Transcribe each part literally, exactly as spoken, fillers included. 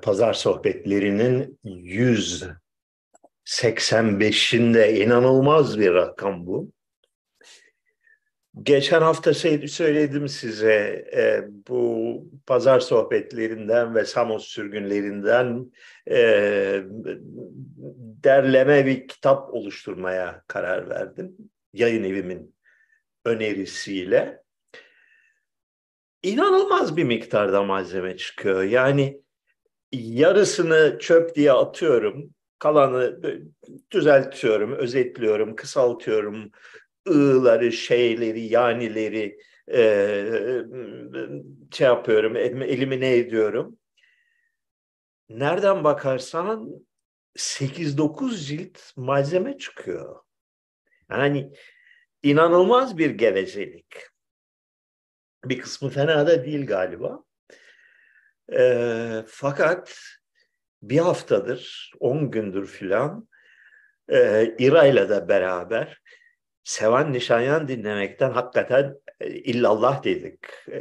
Pazar sohbetlerinin yüz seksen beşinde inanılmaz bir rakam bu. Geçen hafta şey söyledim size e, bu pazar sohbetlerinden ve Samos sürgünlerinden e, derleme bir kitap oluşturmaya karar verdim. Yayın evimin önerisiyle. İnanılmaz bir miktarda malzeme çıkıyor. Yani yarısını çöp diye atıyorum. Kalanı düzeltiyorum, özetliyorum, kısaltıyorum. I'ları, şeyleri, yanileri e, şey yapıyorum, elimine ediyorum. Nereden bakarsan sekiz dokuz cilt malzeme çıkıyor. Yani inanılmaz bir gevezelik. Bir kısmı fena da değil galiba. E, fakat bir haftadır, on gündür filan e, İra'yla da beraber Sevan Nişanyan dinlemekten hakikaten e, illallah dedik. E,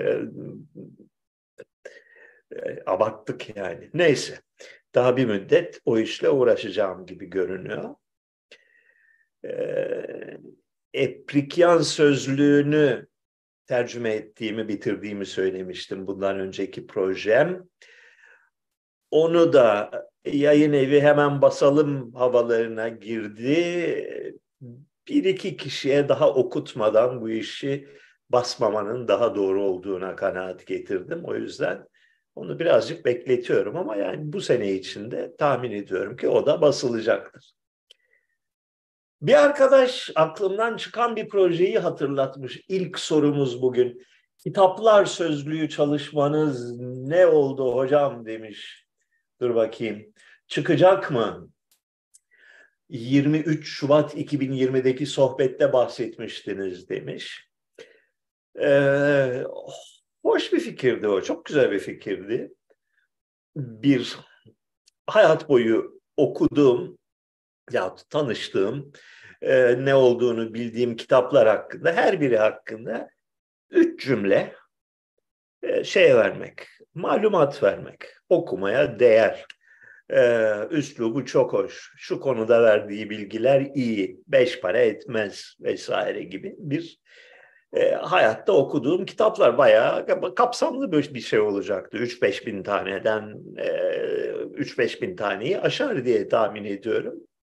e, abarttık yani. Neyse. Daha bir müddet o işle uğraşacağım gibi görünüyor. E, Eprikyan sözlüğünü tercüme ettiğimi, bitirdiğimi söylemiştim bundan önceki projem. Onu da yayın evi hemen basalım havalarına girdi. Bir iki kişiye daha okutmadan bu işi basmamanın daha doğru olduğuna kanaat getirdim. O yüzden onu birazcık bekletiyorum ama yani bu sene içinde tahmin ediyorum ki o da basılacaktır. Bir arkadaş aklımdan çıkan bir projeyi hatırlatmış. İlk sorumuz bugün. Kitaplar sözlüğü çalışmanız ne oldu hocam demiş. Dur bakayım. Çıkacak mı? yirmi üç Şubat iki bin yirmideki sohbette bahsetmiştiniz demiş. Ee, hoş bir fikirdi o. Çok güzel bir fikirdi. Bir hayat boyu okuduğum ya tanıştığım e, ne olduğunu bildiğim kitaplar hakkında her biri hakkında üç cümle e, şey vermek, malumat vermek, okumaya değer. Ee, üslubu çok hoş. Şu konuda verdiği bilgiler iyi. Beş para etmez vesaire gibi bir e, hayatta okuduğum kitaplar bayağı kapsamlı bir şey olacaktı. Üç beş bin taneden e, üç beş bin taneyi aşar diye tahmin ediyorum.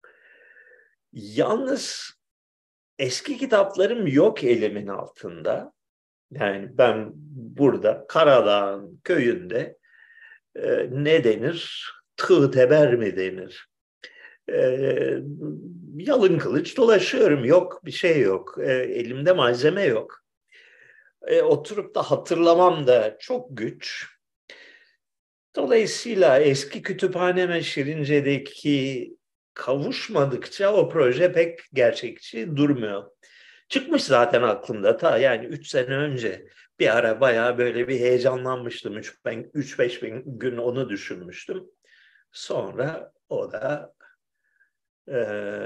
Yalnız eski kitaplarım yok elimin altında. Yani ben burada Karadağ'ın köyünde e, ne denir? Tığ teber mi denir? E, yalın kılıç dolaşıyorum. Yok bir şey yok. E, elimde malzeme yok. E, oturup da hatırlamam da çok güç. Dolayısıyla eski kütüphaneme Şirince'deki kavuşmadıkça o proje pek gerçekçi durmuyor. Çıkmış zaten aklımda ta yani üç sene önce bir ara bayağı böyle bir heyecanlanmıştım. Üç beş bin gün onu düşünmüştüm. Sonra o da e,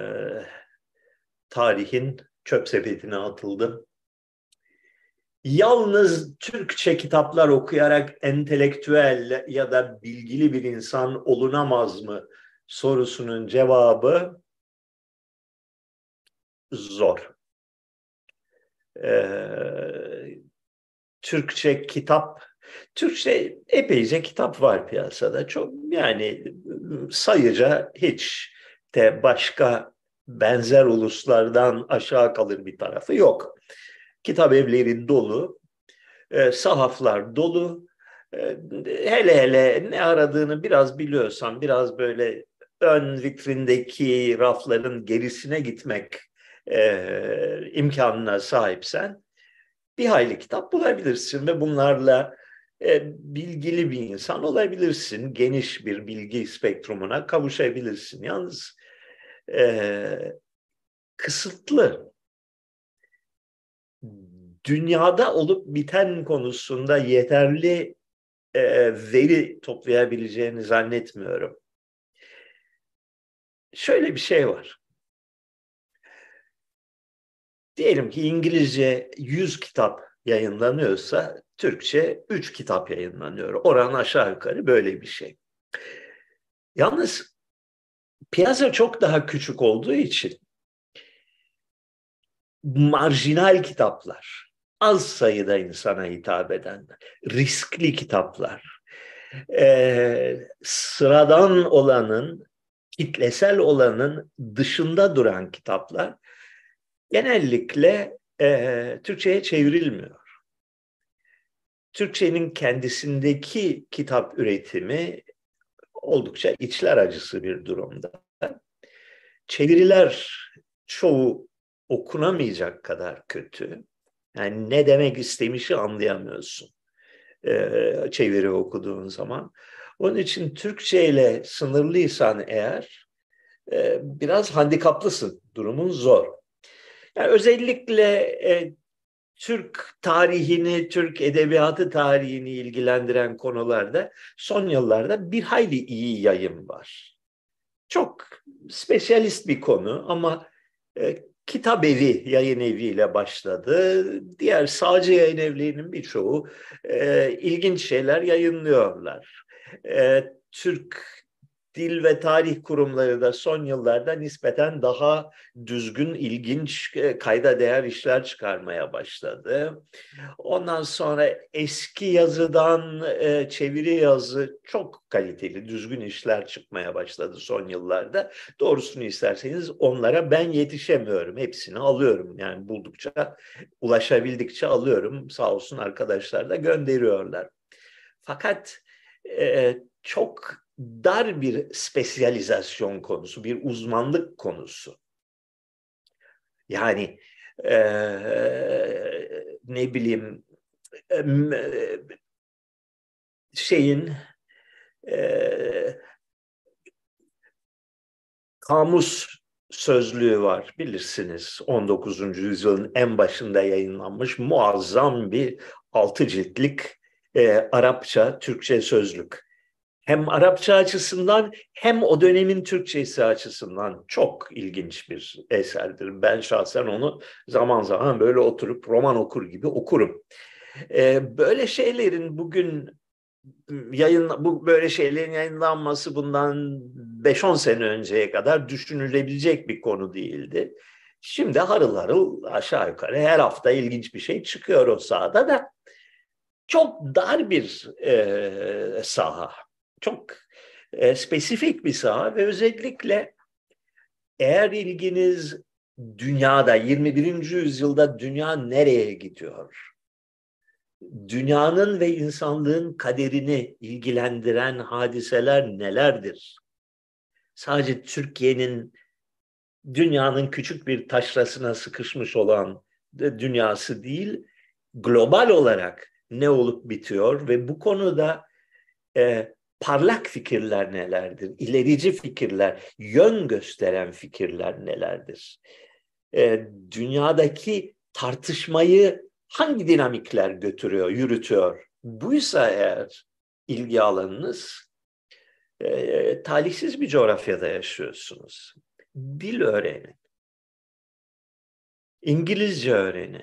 tarihin çöp sepetine atıldı. Yalnız Türkçe kitaplar okuyarak entelektüel ya da bilgili bir insan olunamaz mı sorusunun cevabı zor. Ee, Türkçe kitap, Türkçe epeyce kitap var piyasada. Çok yani sayıca hiç de başka benzer uluslardan aşağı kalır bir tarafı yok. Kitap evleri dolu, e, sahaflar dolu. E, hele hele ne aradığını biraz biliyorsan, biraz böyle ön vitrindeki rafların gerisine gitmek e, imkanına sahipsen bir hayli kitap bulabilirsin ve bunlarla e, bilgili bir insan olabilirsin. Geniş bir bilgi spektrumuna kavuşabilirsin. Yalnız e, kısıtlı. Dünyada olup biten konusunda yeterli e, veri toplayabileceğini zannetmiyorum. Şöyle bir şey var. Diyelim ki İngilizce yüz kitap yayınlanıyorsa Türkçe üç kitap yayınlanıyor. Oran aşağı yukarı böyle bir şey. Yalnız piyasa çok daha küçük olduğu için marjinal kitaplar, az sayıda insana hitap eden, riskli kitaplar, e, sıradan olanın, kitlesel olanın dışında duran kitaplar genellikle e, Türkçe'ye çevrilmiyor. Türkçenin kendisindeki kitap üretimi oldukça içler acısı bir durumda. Çeviriler çoğu okunamayacak kadar kötü. Yani ne demek istemişi anlayamıyorsun e, çeviri okuduğun zaman. Onun için Türkçe ile sınırlıysan eğer e, biraz handikaplısın. Durumun zor. Yani özellikle e, Türk tarihini, Türk edebiyatı tarihini ilgilendiren konularda son yıllarda bir hayli iyi yayın var. Çok spesyalist bir konu ama e, Kitap Evi yayın eviyle başladı. Diğer sağcı yayın evlerinin birçoğu e, ilginç şeyler yayınlıyorlar. E, Türk Dil ve Tarih Kurumları da son yıllarda nispeten daha düzgün, ilginç, e, kayda değer işler çıkarmaya başladı. Ondan sonra eski yazıdan e, çeviri yazı çok kaliteli, düzgün işler çıkmaya başladı son yıllarda. Doğrusunu isterseniz onlara ben yetişemiyorum. Hepsini alıyorum. Yani buldukça, ulaşabildikçe alıyorum. Sağ olsun arkadaşlar da gönderiyorlar. Fakat e, çok dar bir spesyalizasyon konusu, bir uzmanlık konusu. Yani e, ne bileyim e, şeyin e, kamus sözlüğü var bilirsiniz. on dokuzuncu yüzyılın en başında yayınlanmış muazzam bir altı ciltlik e, Arapça, Türkçe sözlük. Hem Arapça açısından hem o dönemin Türkçesi açısından çok ilginç bir eserdir. Ben şahsen onu zaman zaman böyle oturup roman okur gibi okurum. Ee, böyle şeylerin bugün yayın bu böyle şeylerin yayınlanması bundan beş on sene önceye kadar düşünülebilecek bir konu değildi. Şimdi harıl harıl aşağı yukarı her hafta ilginç bir şey çıkıyor o sahada da çok dar bir e, saha. Çok e, spesifik bir saha ve özellikle eğer ilginiz dünyada yirmi birinci yüzyılda dünya nereye gidiyor? Dünyanın ve insanlığın kaderini ilgilendiren hadiseler nelerdir? Sadece Türkiye'nin dünyanın küçük bir taşrasına sıkışmış olan dünyası değil, global olarak ne olup bitiyor ve bu konuda e, parlak fikirler nelerdir? İlerici fikirler, yön gösteren fikirler nelerdir? E, dünyadaki tartışmayı hangi dinamikler götürüyor, yürütüyor? Buysa eğer ilgi alanınız, e, talihsiz bir coğrafyada yaşıyorsunuz. Dil öğrenin. İngilizce öğrenin.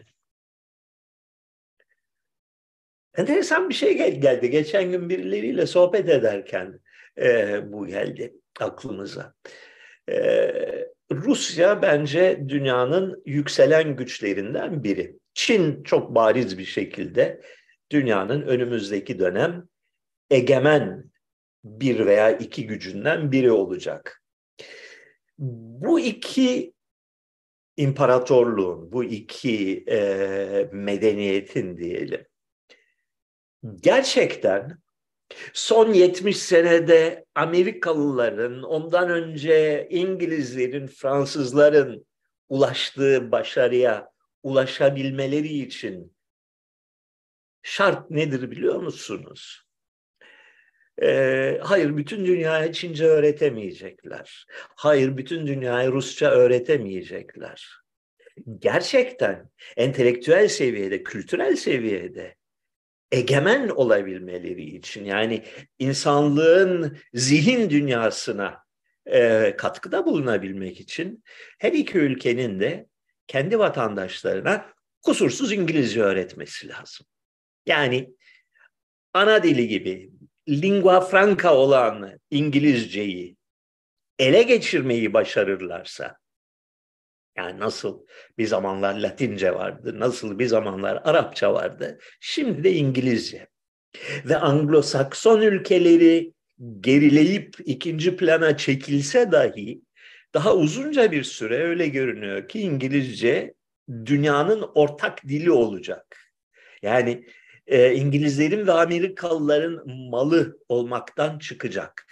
Enteresan bir şey gel- geldi. Geçen gün birileriyle sohbet ederken e, bu geldi aklımıza. E, Rusya bence dünyanın yükselen güçlerinden biri. Çin çok bariz bir şekilde dünyanın önümüzdeki dönem egemen bir veya iki gücünden biri olacak. Bu iki imparatorluğun, bu iki e, medeniyetin diyelim, gerçekten son yetmiş senede Amerikalıların, ondan önce İngilizlerin, Fransızların ulaştığı başarıya ulaşabilmeleri için şart nedir biliyor musunuz? Ee, hayır, bütün dünyaya Çince öğretemeyecekler. Hayır, bütün dünyaya Rusça öğretemeyecekler. Gerçekten entelektüel seviyede, kültürel seviyede egemen olabilmeleri için, yani insanlığın zihin dünyasına e, katkıda bulunabilmek için her iki ülkenin de kendi vatandaşlarına kusursuz İngilizce öğretmesi lazım. Yani ana dili gibi lingua franca olan İngilizceyi ele geçirmeyi başarırlarsa, yani nasıl bir zamanlar Latince vardı, nasıl bir zamanlar Arapça vardı, şimdi de İngilizce. Ve Anglo-Sakson ülkeleri gerileyip ikinci plana çekilse dahi daha uzunca bir süre öyle görünüyor ki İngilizce dünyanın ortak dili olacak. Yani e, İngilizlerin ve Amerikalıların malı olmaktan çıkacak.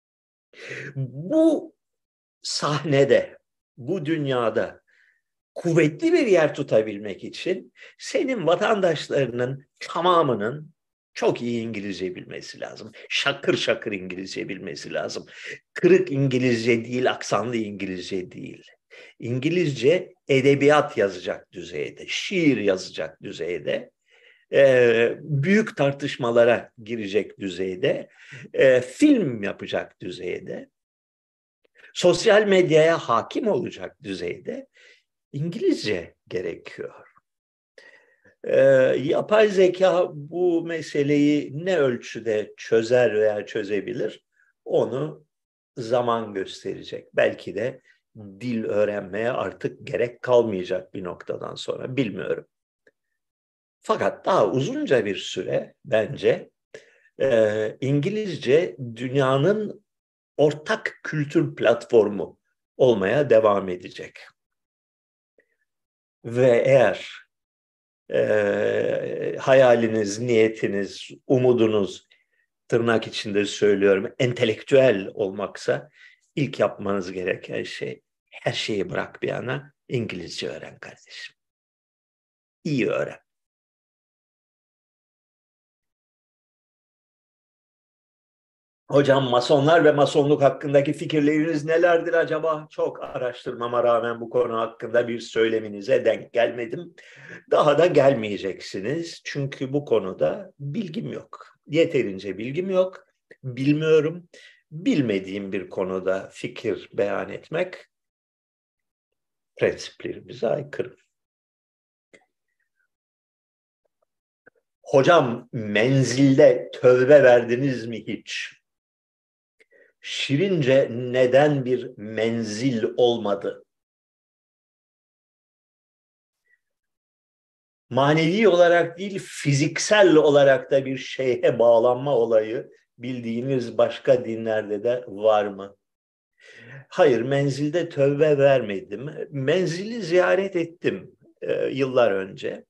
Bu sahnede, bu dünyada kuvvetli bir yer tutabilmek için senin vatandaşlarının tamamının çok iyi İngilizce bilmesi lazım. Şakır şakır İngilizce bilmesi lazım. Kırık İngilizce değil, aksanlı İngilizce değil. İngilizce edebiyat yazacak düzeyde, şiir yazacak düzeyde, e, büyük tartışmalara girecek düzeyde, e, film yapacak düzeyde, sosyal medyaya hakim olacak düzeyde İngilizce gerekiyor. Ee, yapay zeka bu meseleyi ne ölçüde çözer veya çözebilir, onu zaman gösterecek. Belki de dil öğrenmeye artık gerek kalmayacak bir noktadan sonra, bilmiyorum. Fakat daha uzunca bir süre bence e, İngilizce dünyanın ortak kültür platformu olmaya devam edecek. Ve eğer e, hayaliniz, niyetiniz, umudunuz, tırnak içinde söylüyorum, entelektüel olmaksa ilk yapmanız gereken şey, her şeyi bırak bir yana, İngilizce öğren kardeşim. İyi öğren. Hocam, masonlar ve masonluk hakkındaki fikirleriniz nelerdir acaba? Çok araştırmama rağmen bu konu hakkında bir söyleminize denk gelmedim. Daha da gelmeyeceksiniz. Çünkü bu konuda bilgim yok. Yeterince bilgim yok. Bilmiyorum. Bilmediğim bir konuda fikir beyan etmek prensiplerimize aykırı. Hocam, menzilde tövbe verdiniz mi hiç? Şirince neden bir menzil olmadı? Manevi olarak değil, fiziksel olarak da bir şeye bağlanma olayı bildiğiniz başka dinlerde de var mı? Hayır, menzilde tövbe vermedim. Menzili ziyaret ettim e, yıllar önce.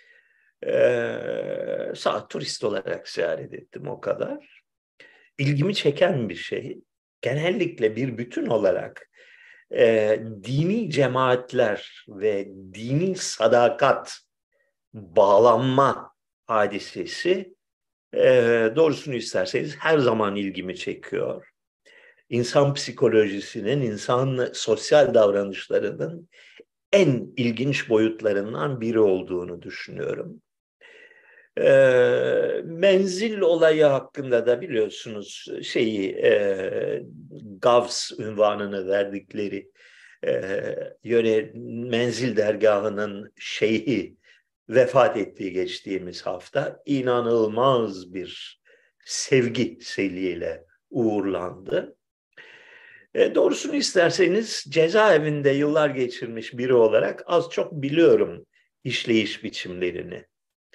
E, sağ turist olarak ziyaret ettim, o kadar. İlgimi çeken bir şey. Genellikle bir bütün olarak e, dini cemaatler ve dini sadakat, bağlanma hadisesi, e, doğrusunu isterseniz her zaman ilgimi çekiyor. İnsan psikolojisinin, insan sosyal davranışlarının en ilginç boyutlarından biri olduğunu düşünüyorum. E, menzil olayı hakkında da biliyorsunuz şeyi, e, Gavs unvanını verdikleri e, yöne menzil dergahının şeyhi vefat ettiği geçtiğimiz hafta inanılmaz bir sevgi seliyle uğurlandı. E, doğrusunu isterseniz cezaevinde yıllar geçirmiş biri olarak az çok biliyorum işleyiş biçimlerini.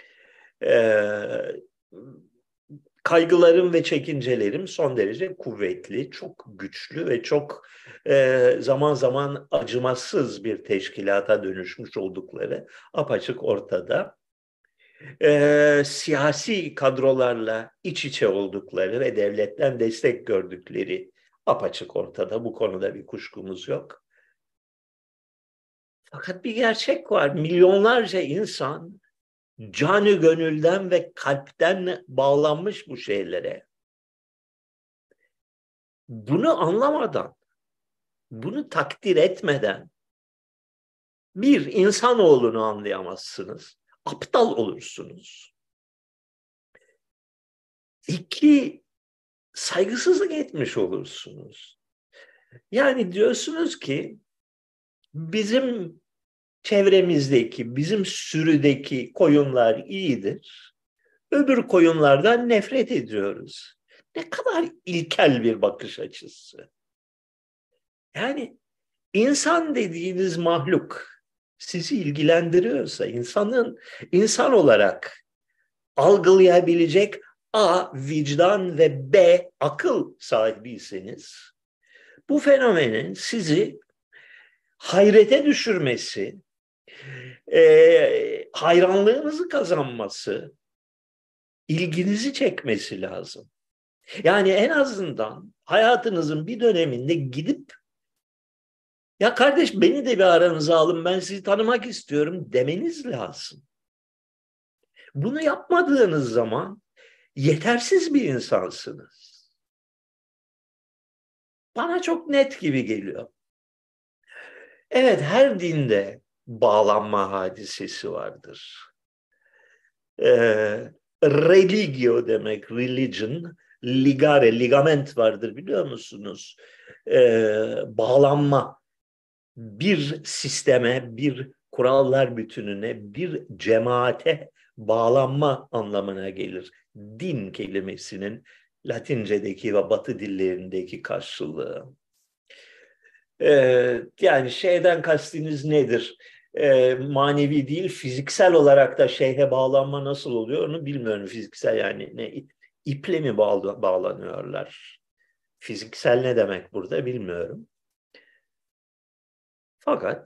E, kaygılarım ve çekincelerim son derece kuvvetli, çok güçlü ve çok e, zaman zaman acımasız bir teşkilata dönüşmüş oldukları apaçık ortada. E, siyasi kadrolarla iç içe oldukları ve devletten destek gördükleri apaçık ortada. Bu konuda bir kuşkumuz yok. Fakat bir gerçek var. Milyonlarca insan canı gönülden ve kalpten bağlanmış bu şeylere. Bunu anlamadan, bunu takdir etmeden bir insanoğlunu anlayamazsınız. Aptal olursunuz. İki, saygısızlık etmiş olursunuz. Yani diyorsunuz ki bizim çevremizdeki, bizim sürüdeki koyunlar iyidir. Öbür koyunlardan nefret ediyoruz. Ne kadar ilkel bir bakış açısı. Yani insan dediğiniz mahluk sizi ilgilendiriyorsa, insanın insan olarak algılayabilecek A, vicdan ve B, akıl sahibiyseniz, bu fenomenin sizi hayrete düşürmesi, e, hayranlığınızı kazanması, ilginizi çekmesi lazım. Yani en azından hayatınızın bir döneminde gidip ya kardeş beni de bir aranıza alın, ben sizi tanımak istiyorum demeniz lazım. Bunu yapmadığınız zaman yetersiz bir insansınız. Bana çok net gibi geliyor. Evet, her dinde bağlanma hadisesi vardır. Ee, religio demek, religion, ligare, ligament vardır biliyor musunuz? Ee, bağlanma, bir sisteme, bir kurallar bütününe, bir cemaate bağlanma anlamına gelir. Din kelimesinin Latince'deki ve Batı dillerindeki karşılığı. Ee, yani şeyden kastınız nedir? Ee, manevi değil, fiziksel olarak da şeyhe bağlanma nasıl oluyor onu bilmiyorum. Fiziksel yani ne iple mi bağlı, bağlanıyorlar? Fiziksel ne demek burada bilmiyorum. Fakat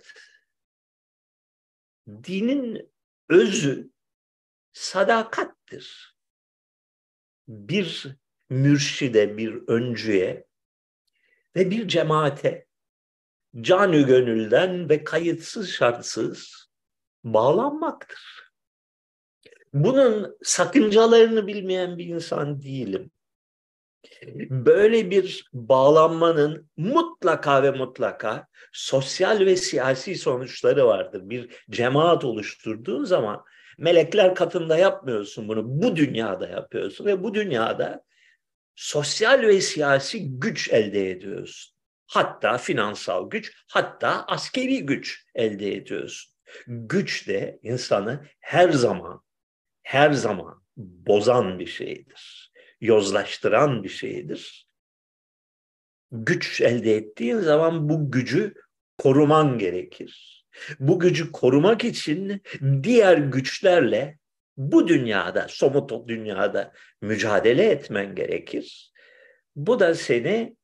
dinin özü sadakattir. Bir mürşide, bir öncüye ve bir cemaate canı gönülden ve kayıtsız şartsız bağlanmaktır. Bunun sakıncalarını bilmeyen bir insan değilim. Böyle bir bağlanmanın mutlaka ve mutlaka sosyal ve siyasi sonuçları vardır. Bir cemaat oluşturduğun zaman melekler katında yapmıyorsun bunu, bu dünyada yapıyorsun ve bu dünyada sosyal ve siyasi güç elde ediyorsun. Hatta finansal güç, hatta askeri güç elde ediyorsun. Güç de insanı her zaman, her zaman bozan bir şeydir. Yozlaştıran bir şeydir. Güç elde ettiğin zaman bu gücü koruman gerekir. Bu gücü korumak için diğer güçlerle bu dünyada, somut dünyada mücadele etmen gerekir. Bu da seni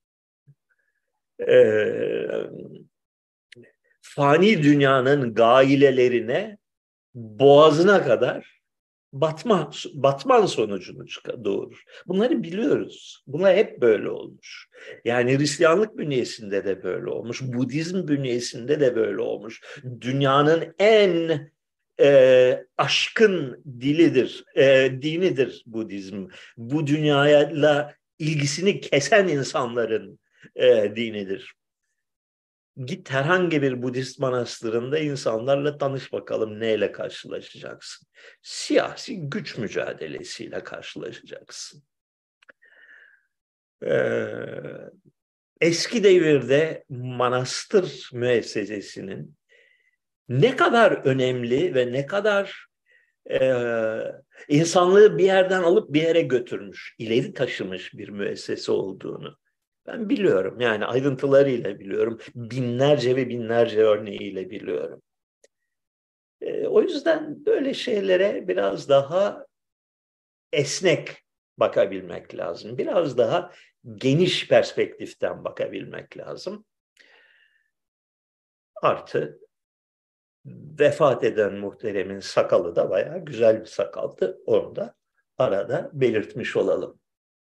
e, fani dünyanın gailelerine boğazına kadar batma, batman sonucunu doğurur. Bunları biliyoruz. Bunlar hep böyle olmuş. Yani Hristiyanlık bünyesinde de böyle olmuş. Budizm bünyesinde de böyle olmuş. Dünyanın en e, aşkın dilidir, e, dinidir Budizm. Bu dünyayla ilgisini kesen insanların e, dinidir. Git herhangi bir Budist manastırında insanlarla tanış bakalım neyle karşılaşacaksın. Siyasi güç mücadelesiyle karşılaşacaksın. Ee, eski devirde manastır müessesesinin ne kadar önemli ve ne kadar e, insanlığı bir yerden alıp bir yere götürmüş, ileri taşımış bir müessese olduğunu ben biliyorum. Yani ayrıntılarıyla biliyorum. Binlerce ve binlerce örneğiyle biliyorum. E, o yüzden böyle şeylere biraz daha esnek bakabilmek lazım. Biraz daha geniş perspektiften bakabilmek lazım. Artı vefat eden muhteremin sakalı da bayağı güzel bir sakaldı. Onu da arada belirtmiş olalım.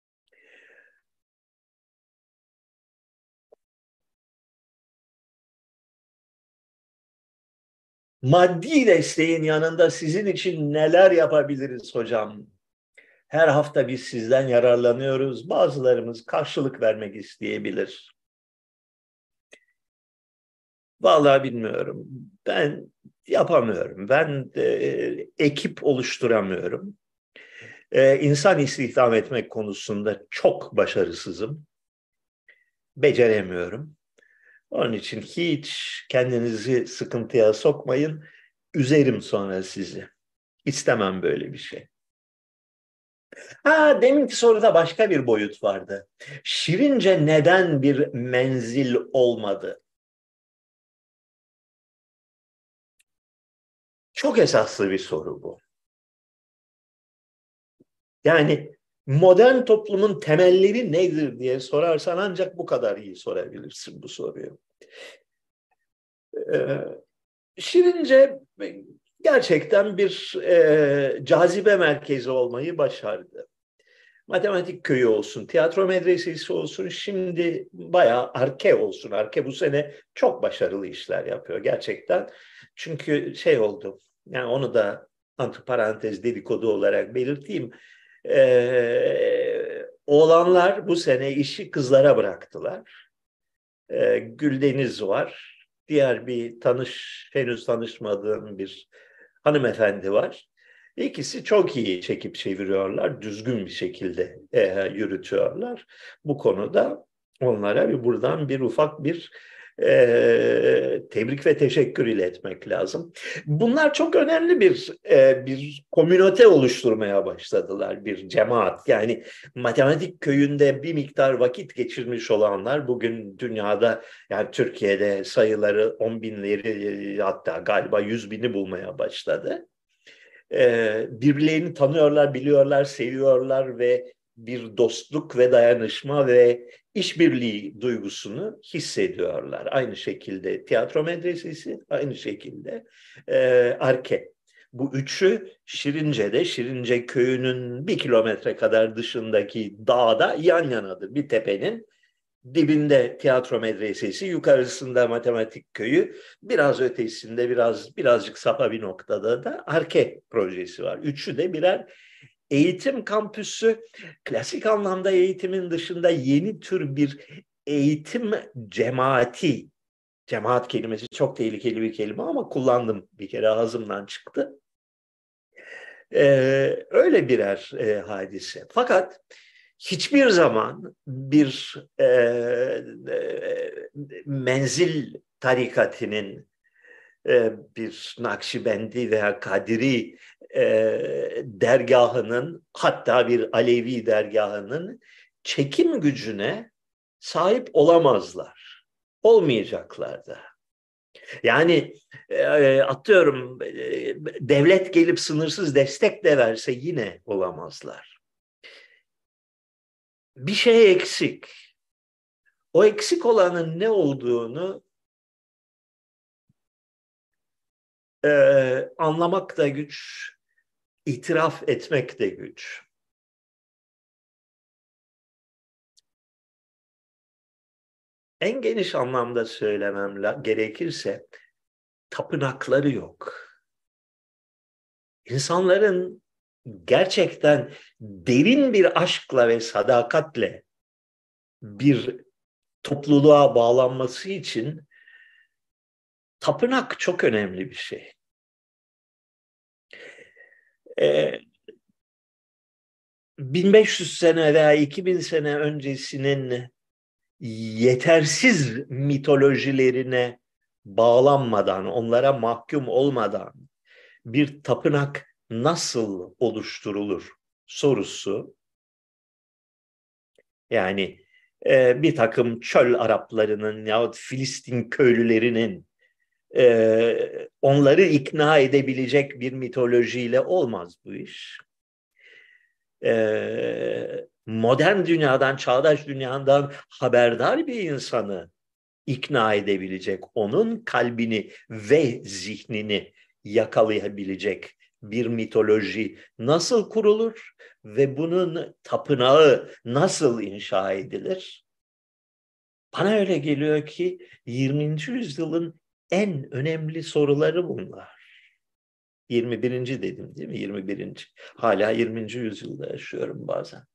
Maddi desteğin yanında sizin için neler yapabiliriz hocam? Her hafta biz sizden yararlanıyoruz. Bazılarımız karşılık vermek isteyebilir. Vallahi bilmiyorum. Ben yapamıyorum. Ben e, ekip oluşturamıyorum. E, insan istihdam etmek konusunda çok başarısızım. Beceremiyorum. Onun için hiç kendinizi sıkıntıya sokmayın. Üzerim sonra sizi. İstemem böyle bir şey. Ha, deminki soruda başka bir boyut vardı. Şirince neden bir menzil olmadı? Çok esaslı bir soru bu. Yani modern toplumun temelleri nedir diye sorarsan ancak bu kadar iyi sorabilirsin bu soruyu. Ee, Şirince gerçekten bir e, cazibe merkezi olmayı başardı. Matematik köyü olsun, tiyatro medresesi olsun, şimdi bayağı Arke olsun. Arke bu sene çok başarılı işler yapıyor gerçekten. Çünkü şey oldu, yani onu da antiparantez dedikodu olarak belirteyim. Ee, oğlanlar bu sene işi kızlara bıraktılar. Ee, Güldeniz var. Diğer bir tanış, henüz tanışmadığım bir hanımefendi var. İkisi çok iyi çekip çeviriyorlar, düzgün bir şekilde e, yürütüyorlar. Bu konuda onlara bir buradan bir ufak bir e, tebrik ve teşekkür iletmek lazım. Bunlar çok önemli bir e, bir komünite oluşturmaya başladılar, bir cemaat. Yani matematik köyünde bir miktar vakit geçirmiş olanlar bugün dünyada, yani Türkiye'de sayıları on binleri, hatta galiba yüz bini bulmaya başladı. Ee, birbirlerini tanıyorlar, biliyorlar, seviyorlar ve bir dostluk ve dayanışma ve işbirliği duygusunu hissediyorlar. Aynı şekilde tiyatro medresesi, aynı şekilde e, Arke. Bu üçü Şirince'de, Şirince köyünün bir kilometre kadar dışındaki dağda yan yanadır. Bir tepenin dibinde tiyatro medresesi, yukarısında matematik köyü, biraz ötesinde biraz birazcık sapa bir noktada da Arke projesi var. Üçü de birer eğitim kampüsü. Klasik anlamda eğitimin dışında yeni tür bir eğitim cemaati. Cemaat kelimesi çok tehlikeli bir kelime ama kullandım, bir kere ağzımdan çıktı. Ee, öyle birer e, hadise. Fakat hiçbir zaman bir e, e, menzil tarikatının, e, bir Nakşibendi veya Kadiri e, dergahının, hatta bir Alevi dergahının çekim gücüne sahip olamazlar. Olmayacaklar da. Yani e, atıyorum, e, devlet gelip sınırsız destek de verse yine olamazlar. Bir şey eksik. O eksik olanın ne olduğunu e, anlamak da güç, itiraf etmek de güç. En geniş anlamda söylemem gerekirse tapınakları yok. İnsanların gerçekten derin bir aşkla ve sadakatle bir topluluğa bağlanması için tapınak çok önemli bir şey. Ee, bin beş yüz sene veya iki bin sene öncesinin yetersiz mitolojilerine bağlanmadan, onlara mahkum olmadan bir tapınak nasıl oluşturulur sorusu, yani e, bir takım çöl Araplarının yahut Filistin köylülerinin e, onları ikna edebilecek bir mitolojiyle olmaz bu iş. E, modern dünyadan, çağdaş dünyadan haberdar bir insanı ikna edebilecek, onun kalbini ve zihnini yakalayabilecek bir mitoloji nasıl kurulur ve bunun tapınağı nasıl inşa edilir? Bana öyle geliyor ki yirminci yüzyılın en önemli soruları bunlar. yirmi birinci dedim değil mi? yirmi birinci. Hala yirminci yüzyılda yaşıyorum bazen.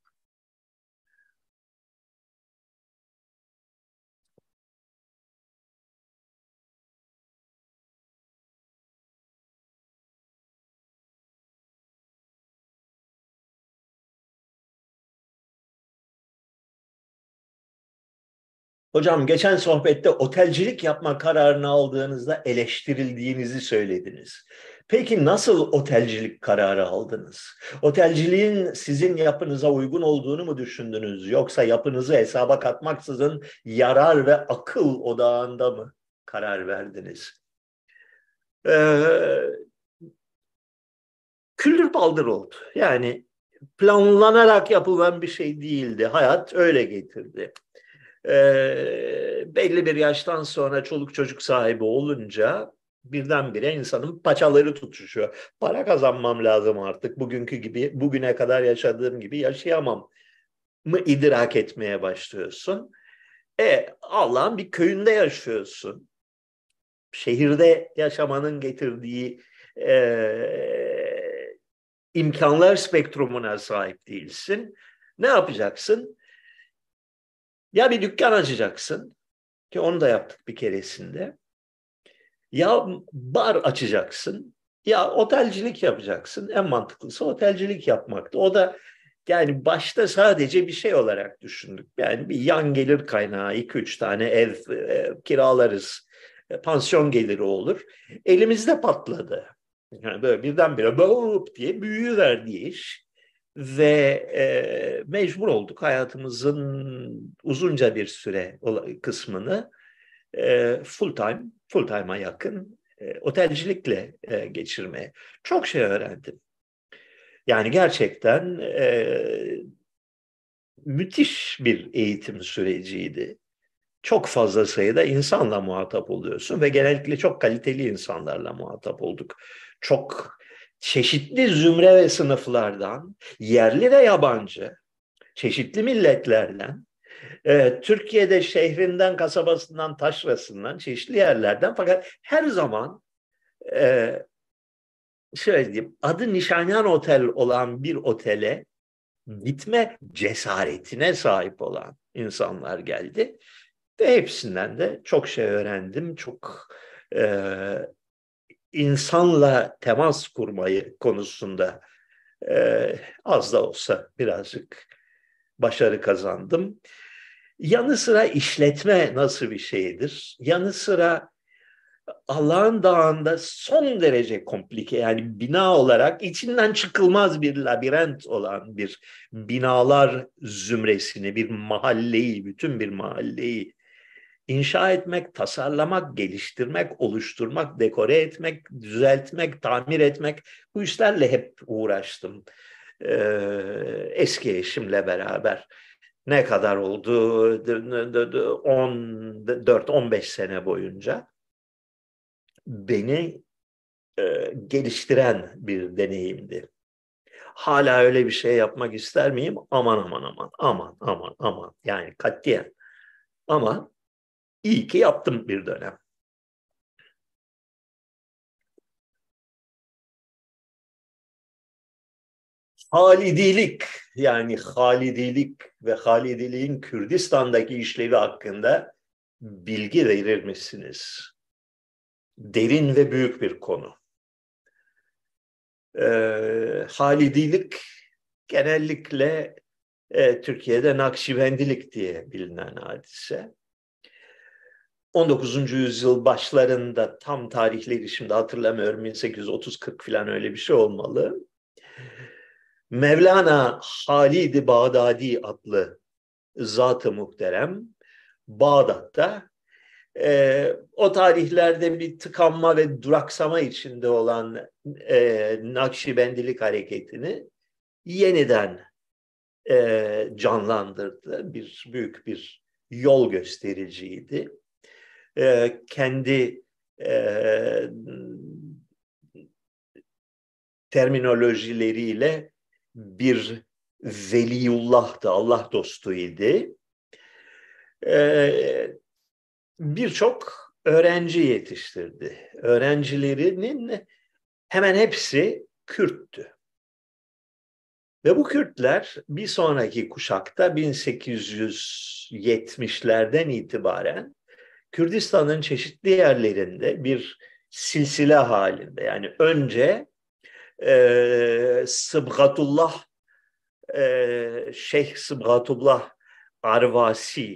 Hocam geçen sohbette otelcilik yapma kararını aldığınızda eleştirildiğinizi söylediniz. Peki nasıl otelcilik kararı aldınız? Otelciliğin sizin yapınıza uygun olduğunu mu düşündünüz? Yoksa yapınızı hesaba katmaksızın yarar ve akıl odağında mı karar verdiniz? Ee, Küldür baldır oldu. Yani planlanarak yapılan bir şey değildi. Hayat öyle getirdi. Ee, belli bir yaştan sonra çoluk çocuk sahibi olunca birdenbire insanın paçaları tutuşuyor. Para kazanmam lazım artık. Bugünkü gibi, bugüne kadar yaşadığım gibi yaşayamam mı idrak etmeye başlıyorsun. E Allah'ın bir köyünde yaşıyorsun. Şehirde yaşamanın getirdiği e, imkanlar spektrumuna sahip değilsin. Ne yapacaksın? Ya bir dükkan açacaksın ki onu da yaptık bir keresinde. Ya bar açacaksın ya otelcilik yapacaksın. En mantıklısı otelcilik yapmaktı. O da yani başta sadece bir şey olarak düşündük. Yani bir yan gelir kaynağı, iki üç tane ev e, kiralarız. E, pansiyon geliri olur. Elimizde patladı. Yani böyle birdenbire bop diye büyüyüverdi iş. Ve e, mecbur olduk hayatımızın uzunca bir süre kısmını e, full time, full time'a yakın e, otelcilikle e, geçirmeye. Çok şey öğrendim. Yani gerçekten e, müthiş bir eğitim süreciydi. Çok fazla sayıda insanla muhatap oluyorsun ve genellikle çok kaliteli insanlarla muhatap olduk. Çok çeşitli zümre ve sınıflardan, yerli ve yabancı, çeşitli milletlerden, e, Türkiye'de şehrinden, kasabasından, taşrasından, çeşitli yerlerden fakat her zaman e, şöyle diyeyim, adı Nişanyan Otel olan bir otele gitme cesaretine sahip olan insanlar geldi. Ve hepsinden de çok şey öğrendim. Çok e, insanla temas kurmayı konusunda e, az da olsa birazcık başarı kazandım. Yanı sıra işletme nasıl bir şeydir? Yanı sıra Allah'ın dağında son derece komplike yani bina olarak içinden çıkılmaz bir labirent olan bir binalar zümresini, bir mahalleyi, bütün bir mahalleyi inşa etmek, tasarlamak, geliştirmek, oluşturmak, dekore etmek, düzeltmek, tamir etmek bu işlerle hep uğraştım. Ee, eski eşimle beraber. Ne kadar oldu? on dört on beş sene boyunca beni e, geliştiren bir deneyimdi. Hala öyle bir şey yapmak ister miyim? Aman aman aman aman aman aman yani katiyen. Ama iyi ki yaptım bir dönem. Halidilik yani Halidilik ve Halidiliğin Kürdistan'daki işlevi hakkında bilgi verir misiniz? Derin ve büyük bir konu. Ee, Halidilik genellikle e, Türkiye'de Nakşibendilik diye bilinen hadise. on dokuzuncu yüzyıl başlarında tam tarihleri şimdi hatırlamıyorum bin sekiz yüz otuz kırk falan öyle bir şey olmalı. Mevlana Halid-i Bağdadi adlı zat-ı muhterem Bağdat'ta e, o tarihlerde bir tıkanma ve duraksama içinde olan e, Nakşibendilik hareketini yeniden e, canlandırdı. Bir büyük bir yol göstericiydi. E, kendi e, terminolojileriyle bir veliyullah'tı, Allah dostuydu. E, Birçok öğrenci yetiştirdi. Öğrencilerinin hemen hepsi Kürttü. Ve bu Kürtler bir sonraki kuşakta bin sekiz yüz yetmişlerden itibaren Kürdistan'ın çeşitli yerlerinde bir silsile halinde yani önce e, Sıbgatullah e, Şeyh Sıbgatullah Arvasi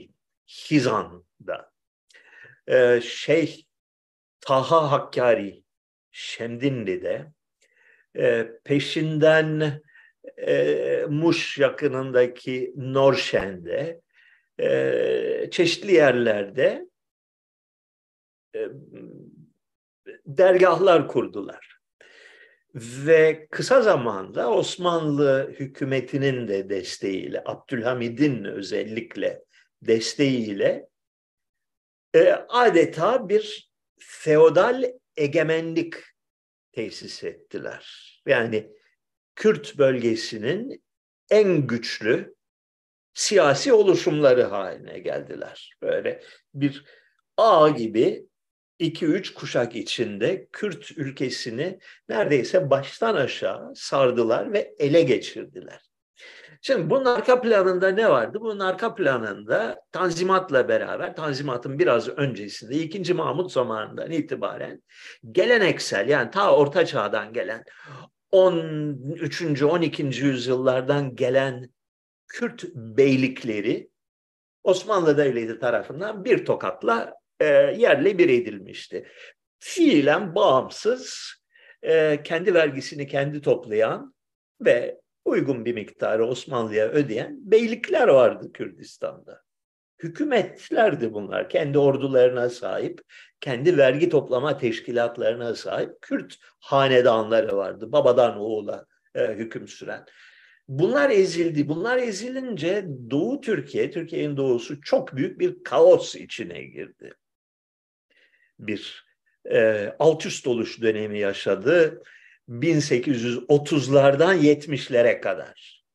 Hizan'da. Ee, şey Taha Hakkari Şemdinli'de, e, peşinden e, Muş yakınındaki Norşen'de, e, çeşitli yerlerde e, dergahlar kurdular. Ve kısa zamanda Osmanlı hükümetinin de desteğiyle, Abdülhamid'in özellikle desteğiyle e, adeta bir feodal egemenlik tesis ettiler. Yani Kürt bölgesinin en güçlü siyasi oluşumları haline geldiler. Böyle bir ağ gibi iki üç kuşak içinde Kürt ülkesini neredeyse baştan aşağı sardılar ve ele geçirdiler. Şimdi bunun arka planında ne vardı? Bunun arka planında Tanzimat'la beraber, Tanzimat'ın biraz öncesinde, ikinci Mahmut zamanından itibaren geleneksel, yani ta Orta Çağ'dan gelen, on üçüncü on ikinci yüzyıllardan gelen Kürt beylikleri Osmanlı Devleti tarafından bir tokatla e, yerle bir edilmişti. Fiilen bağımsız, e, kendi vergisini kendi toplayan ve uygun bir miktarı Osmanlı'ya ödeyen beylikler vardı Kürdistan'da. Hükümetlerdi bunlar. Kendi ordularına sahip, kendi vergi toplama teşkilatlarına sahip Kürt hanedanları vardı. Babadan oğula e, hüküm süren. Bunlar ezildi. Bunlar ezilince Doğu Türkiye, Türkiye'nin doğusu çok büyük bir kaos içine girdi. Bir e, alt üst oluş dönemi yaşadı. bin sekiz yüz otuzlardan yetmişlere kadar.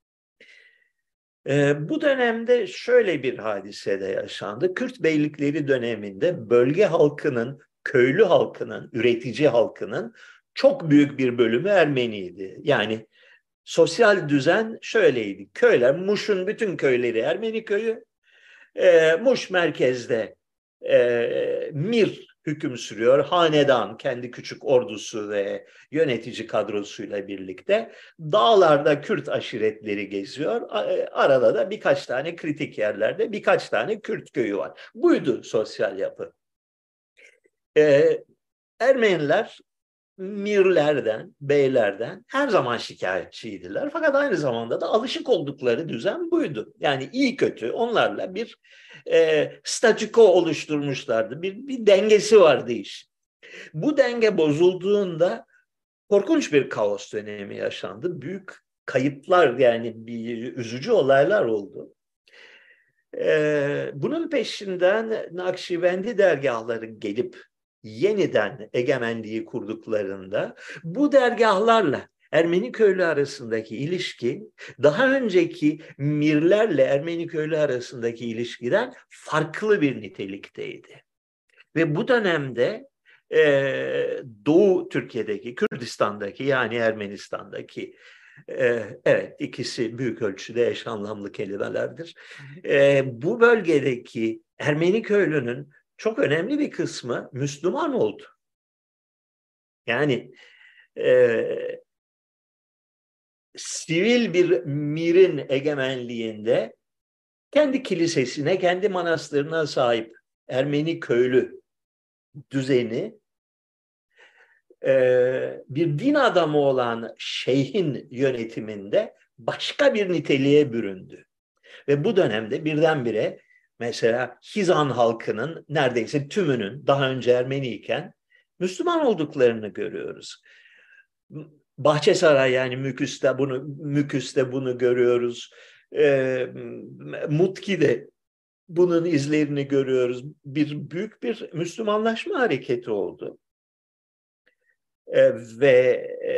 E, bu dönemde şöyle bir hadise de yaşandı. Kürt beylikleri döneminde bölge halkının, köylü halkının, üretici halkının çok büyük bir bölümü Ermeniydi. Yani sosyal düzen şöyleydi. Köyler, Muş'un bütün köyleri Ermeni köyü. E, Muş merkezde e, Mir hüküm sürüyor. Hanedan kendi küçük ordusu ve yönetici kadrosuyla birlikte. Dağlarda Kürt aşiretleri geziyor. Arada da birkaç tane kritik yerlerde birkaç tane Kürt köyü var. Buydu sosyal yapı. E, Ermeniler Mirlerden, beylerden her zaman şikayetçiydiler. Fakat aynı zamanda da alışık oldukları düzen buydu. Yani iyi kötü onlarla bir e, statüko oluşturmuşlardı. Bir, bir dengesi vardı iş. Bu denge bozulduğunda korkunç bir kaos dönemi yaşandı. Büyük kayıplar, yani bir üzücü olaylar oldu. E, bunun peşinden Nakşibendi dergahları gelip yeniden egemenliği kurduklarında bu dergahlarla Ermeni köylü arasındaki ilişki daha önceki Mirlerle Ermeni köylü arasındaki ilişkiden farklı bir nitelikteydi. Ve bu dönemde e, Doğu Türkiye'deki, Kürdistan'daki, yani Ermenistan'daki, e, evet ikisi büyük ölçüde eş anlamlı kelimelerdir. E, bu bölgedeki Ermeni köylünün çok önemli bir kısmı Müslüman oldu. Yani e, sivil bir mirin egemenliğinde kendi kilisesine, kendi manastırına sahip Ermeni köylü düzeni e, bir din adamı olan şeyhin yönetiminde başka bir niteliğe büründü. Ve bu dönemde birdenbire mesela Hizan halkının neredeyse tümünün daha önce Ermeniyken Müslüman olduklarını görüyoruz. Bahçesaray, yani Müküs'te bunu Müküs'te bunu görüyoruz. E, Mutki'de bunun izlerini görüyoruz. Bir büyük bir Müslümanlaşma hareketi oldu. E, ve e,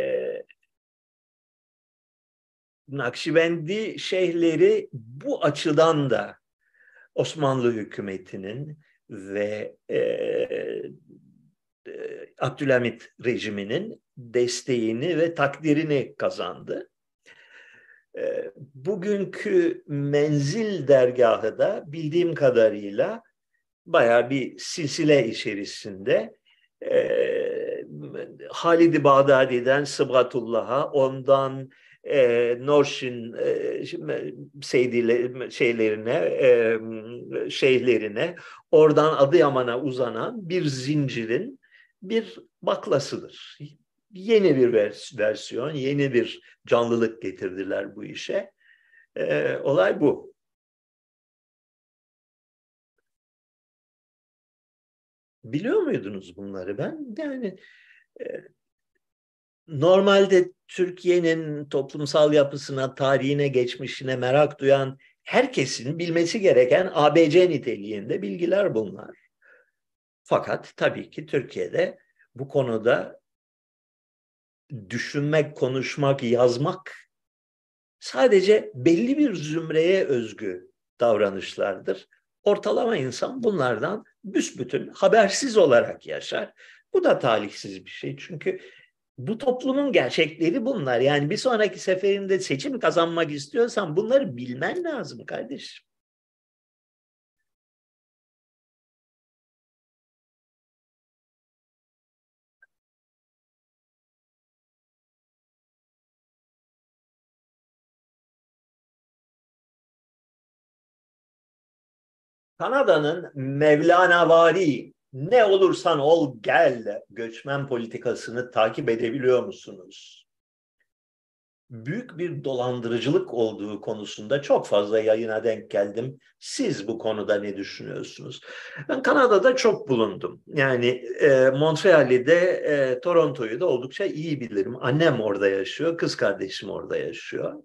Nakşibendi şeyhleri bu açıdan da Osmanlı hükümetinin ve e, e, Abdülhamit rejiminin desteğini ve takdirini kazandı. E, bugünkü Menzil dergahı da bildiğim kadarıyla bayağı bir silsile içerisinde e, Halid-i Bağdadi'den Sıbgatullah'a, ondan e, Norşin e, Seydiyle, şeylerine, e, şeyhlerine, oradan Adıyaman'a uzanan bir zincirin bir baklasıdır. Yeni bir vers versiyon, yeni bir canlılık getirdiler bu işe. E, olay bu. Biliyor muydunuz bunları? Ben yani e, normalde Türkiye'nin toplumsal yapısına, tarihine, geçmişine merak duyan herkesin bilmesi gereken A B C niteliğinde bilgiler bunlar. Fakat tabii ki Türkiye'de bu konuda düşünmek, konuşmak, yazmak sadece belli bir zümreye özgü davranışlardır. Ortalama insan bunlardan büsbütün habersiz olarak yaşar. Bu da talihsiz bir şey. Çünkü bu toplumun gerçekleri bunlar. Yani bir sonraki seferinde seçim kazanmak istiyorsan bunları bilmen lazım kardeşim. Kanada'nın Mevlanavari ne olursan ol gel göçmen politikasını takip edebiliyor musunuz? Büyük bir dolandırıcılık olduğu konusunda çok fazla yayına denk geldim. Siz bu konuda ne düşünüyorsunuz? Ben Kanada'da çok bulundum. Yani e, Montreal'i de e, Toronto'yu da oldukça iyi bilirim. Annem orada yaşıyor, kız kardeşim orada yaşıyor.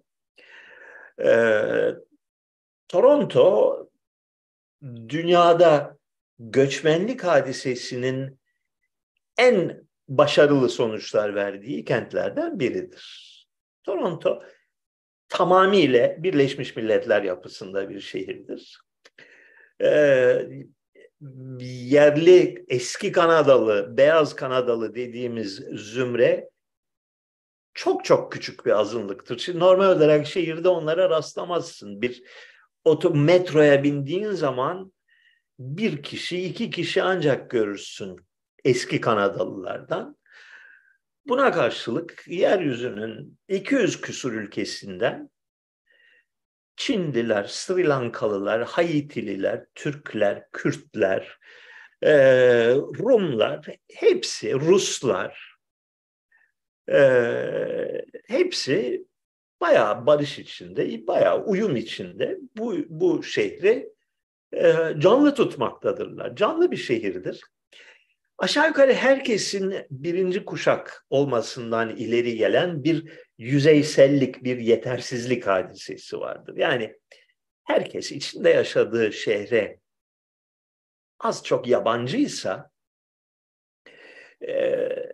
E, Toronto dünyada göçmenlik hadisesinin en başarılı sonuçlar verdiği kentlerden biridir. Toronto tamamıyla Birleşmiş Milletler yapısında bir şehirdir. Ee, yerli eski Kanadalı, beyaz Kanadalı dediğimiz zümre çok çok küçük bir azınlıktır. Şimdi normal olarak şehirde onlara rastlamazsın. Bir oto metroya bindiğin zaman bir kişi, iki kişi ancak görürsün eski Kanadalılardan. Buna karşılık yeryüzünün iki yüz küsur ülkesinden Çinliler, Sri Lankalılar, Haitililer, Türkler, Kürtler, e, Rumlar, hepsi Ruslar, e, hepsi bayağı barış içinde, bayağı uyum içinde bu, bu şehri e, canlı tutmaktadırlar. Canlı bir şehirdir. Aşağı yukarı herkesin birinci kuşak olmasından ileri gelen bir yüzeysellik, bir yetersizlik hadisesi vardır. Yani herkes içinde yaşadığı şehre az çok yabancıysa e,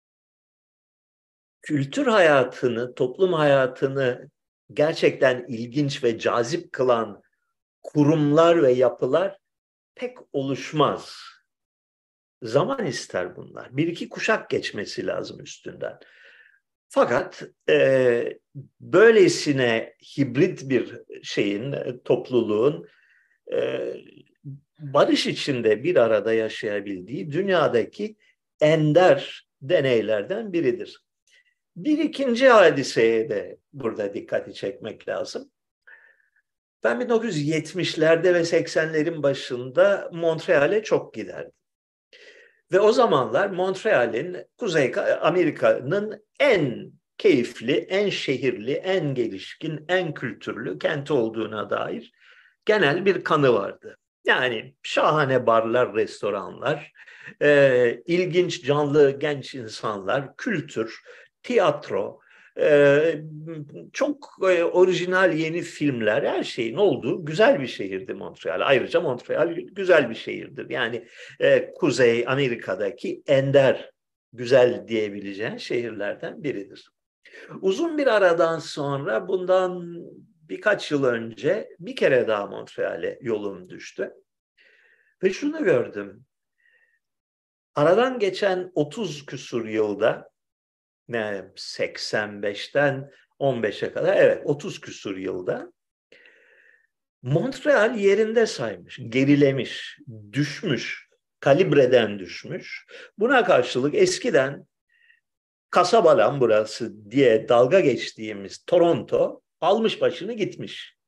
kültür hayatını, toplum hayatını gerçekten ilginç ve cazip kılan kurumlar ve yapılar pek oluşmaz. Zaman ister bunlar. Bir iki kuşak geçmesi lazım üstünden. Fakat e, böylesine hibrit bir şeyin, topluluğun e, barış içinde bir arada yaşayabildiği dünyadaki ender deneylerden biridir. Bir ikinci hadiseye de burada dikkati çekmek lazım. Ben bin dokuz yüz yetmişlerde ve seksenlerin başında Montreal'e çok giderdim. Ve o zamanlar Montreal'in Kuzey Amerika'nın en keyifli, en şehirli, en gelişkin, en kültürlü kenti olduğuna dair genel bir kanı vardı. Yani şahane barlar, restoranlar, e, ilginç, canlı, genç insanlar, kültür, tiyatro, e, çok e, orijinal yeni filmler, her şeyin olduğu güzel bir şehirdi Montreal. Ayrıca Montreal güzel bir şehirdir. Yani e, Kuzey Amerika'daki ender, güzel diyebileceğin şehirlerden biridir. Uzun bir aradan sonra bundan birkaç yıl önce bir kere daha Montreal'e yolum düştü. Ve şunu gördüm. Aradan geçen otuz küsur yılda, ne seksen beşten on beşe kadar, evet otuz küsur yılda Montreal yerinde saymış, gerilemiş, düşmüş, kalibreden düşmüş. Buna karşılık eskiden kasaba lan burası diye dalga geçtiğimiz Toronto almış başını gitmiş.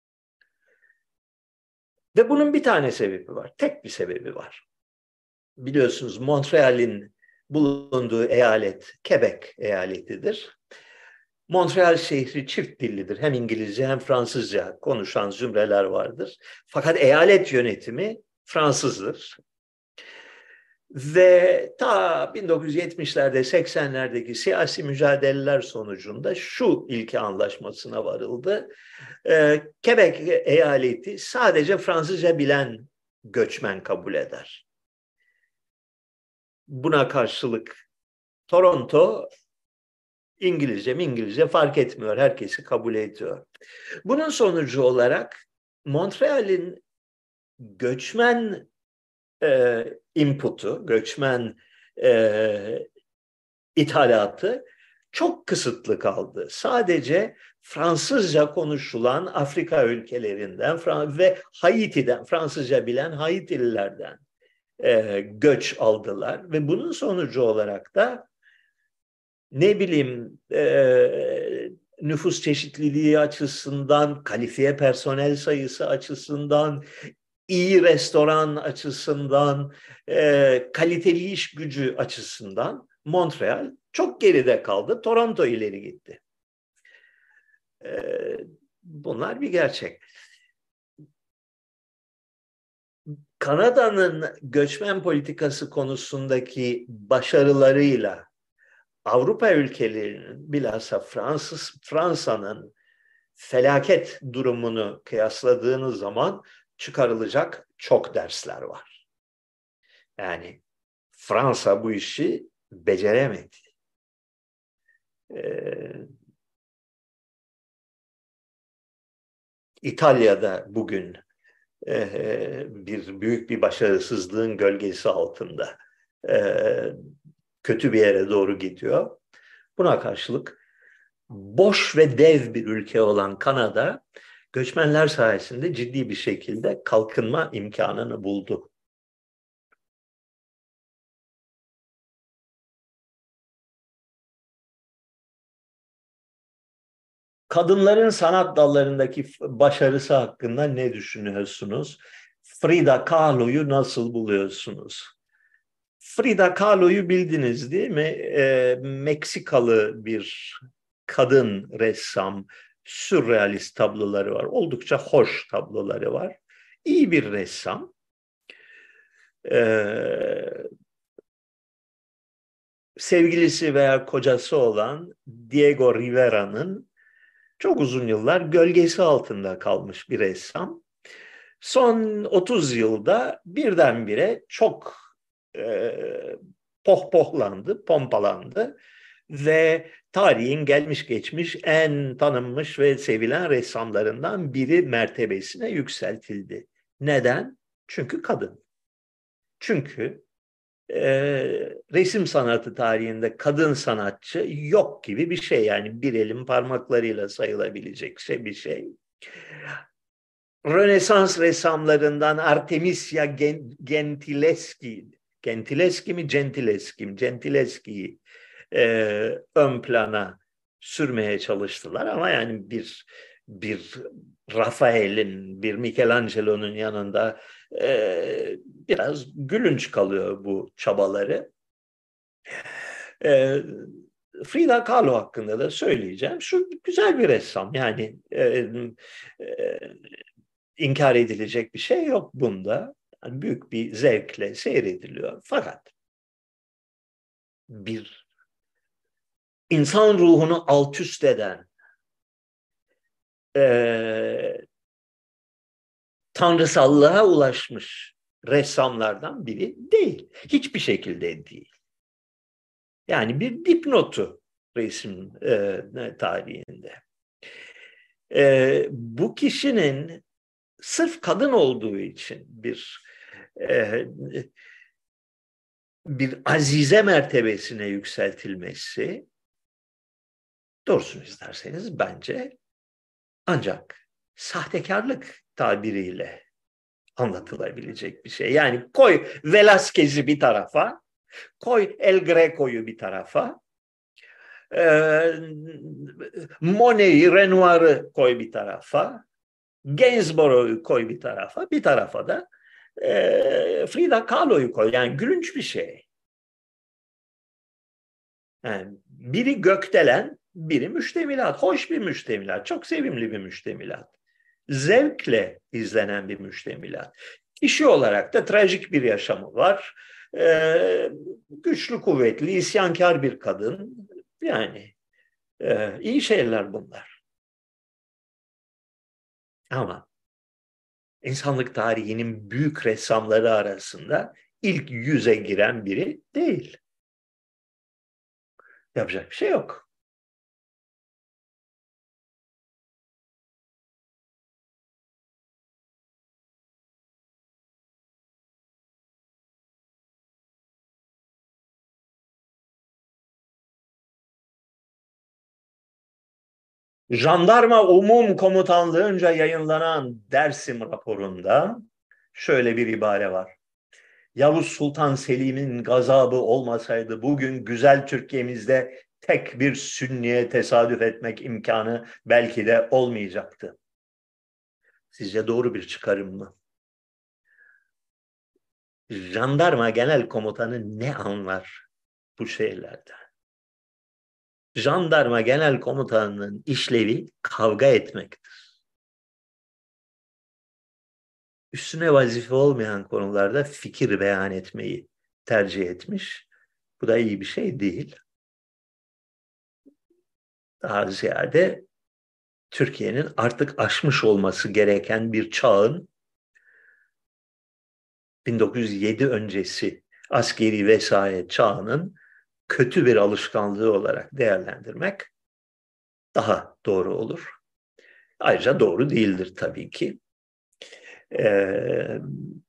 Ve bunun bir tane sebebi var. Tek bir sebebi var. Biliyorsunuz Montreal'in bulunduğu eyalet Quebec eyaletidir. Montreal şehri çift dillidir. Hem İngilizce hem Fransızca konuşan zümreler vardır. Fakat eyalet yönetimi Fransızdır. Ve ta bin dokuz yüz yetmişlerde, seksenlerdeki siyasi mücadeleler sonucunda şu ilke anlaşmasına varıldı. Ee, Quebec eyaleti sadece Fransızca bilen göçmen kabul eder. Buna karşılık Toronto İngilizce mi İngilizce fark etmiyor. Herkesi kabul ediyor. Bunun sonucu olarak Montreal'in göçmen e, input'u, göçmen e, ithalatı çok kısıtlı kaldı. Sadece Fransızca konuşulan Afrika ülkelerinden ve Haiti'den, Fransızca bilen Haitililerden e, göç aldılar. Ve bunun sonucu olarak da ne bileyim e, nüfus çeşitliliği açısından, kalifiye personel sayısı açısından, iyi restoran açısından, e, kaliteli iş gücü açısından Montreal çok geride kaldı. Toronto ileri gitti. E, bunlar bir gerçek. Kanada'nın göçmen politikası konusundaki başarılarıyla Avrupa ülkelerinin bilhassa Fransız Fransa'nın felaket durumunu kıyasladığınız zaman çıkarılacak çok dersler var. Yani Fransa bu işi beceremedi. Ee, İtalya'da bugün e, bir büyük bir başarısızlığın gölgesi altında e, kötü bir yere doğru gidiyor. Buna karşılık boş ve dev bir ülke olan Kanada, göçmenler sayesinde ciddi bir şekilde kalkınma imkanını buldu. Kadınların sanat dallarındaki başarısı hakkında ne düşünüyorsunuz? Frida Kahlo'yu nasıl buluyorsunuz? Frida Kahlo'yu bildiniz değil mi? E, Meksikalı bir kadın ressam, sürrealist tabloları var. Oldukça hoş tabloları var. İyi bir ressam. Ee, sevgilisi veya kocası olan Diego Rivera'nın çok uzun yıllar gölgesi altında kalmış bir ressam. Son otuz yılda birdenbire çok e, pohpohlandı, pompalandı ve tarihin gelmiş geçmiş en tanınmış ve sevilen ressamlarından biri mertebesine yükseltildi. Neden? Çünkü kadın. Çünkü e, resim sanatı tarihinde kadın sanatçı yok gibi bir şey. Yani bir elin parmaklarıyla sayılabilecek şey bir şey. Rönesans ressamlarından Artemisia Gentileschi, Gentileschi mi Gentileschi mi? Gentileschi'yi e, ön plana sürmeye çalıştılar ama yani bir bir Rafael'in, bir Michelangelo'nun yanında e, biraz gülünç kalıyor bu çabaları. E, Frida Kahlo hakkında da söyleyeceğim. Şu güzel bir ressam yani e, e, inkar edilecek bir şey yok bunda. Yani büyük bir zevkle seyrediliyor. Fakat bir insan ruhunu alt üst eden e, tanrısallığa ulaşmış ressamlardan biri değil. Hiçbir şekilde değil. Yani bir dipnotu resim e, tarihinde. E, bu kişinin sırf kadın olduğu için bir e, bir azize mertebesine yükseltilmesi, doğrusunu isterseniz bence ancak sahtekarlık tabiriyle anlatılabilecek bir şey. Yani koy Velázquez'i bir tarafa, koy El Greco'yu bir tarafa, Ee, Monet'i, Renoir'ı koy bir tarafa, Gainsborough'u koy bir tarafa, bir tarafa da e, Frida Kahlo'yu koy. Yani gülünç bir şey. Yani biri gökdelen, biri müştemilat. Hoş bir müştemilat, çok sevimli bir müştemilat. Zevkle izlenen bir müştemilat. Kişi olarak da trajik bir yaşamı var. Ee, güçlü, kuvvetli, isyankar bir kadın. Yani e, iyi şeyler bunlar. Ama insanlık tarihinin büyük ressamları arasında ilk yüze giren biri değil. Yapacak bir şey yok. Jandarma Umum Komutanlığı'nca yayınlanan Dersim raporunda şöyle bir ibare var. Yavuz Sultan Selim'in gazabı olmasaydı bugün güzel Türkiye'mizde tek bir Sünniye tesadüf etmek imkanı belki de olmayacaktı. Sizce doğru bir çıkarım mı? Jandarma Genel Komutanı ne anlar bu şeylerden? Jandarma Genel Komutanı'nın işlevi kavga etmektir. Üstüne vazife olmayan konularda fikir beyan etmeyi tercih etmiş. Bu da iyi bir şey değil. Daha ziyade Türkiye'nin artık aşmış olması gereken bir çağın bin dokuz yüz yedi öncesi askeri vesayet çağının kötü bir alışkanlığı olarak değerlendirmek daha doğru olur. Ayrıca doğru değildir tabii ki. Ee,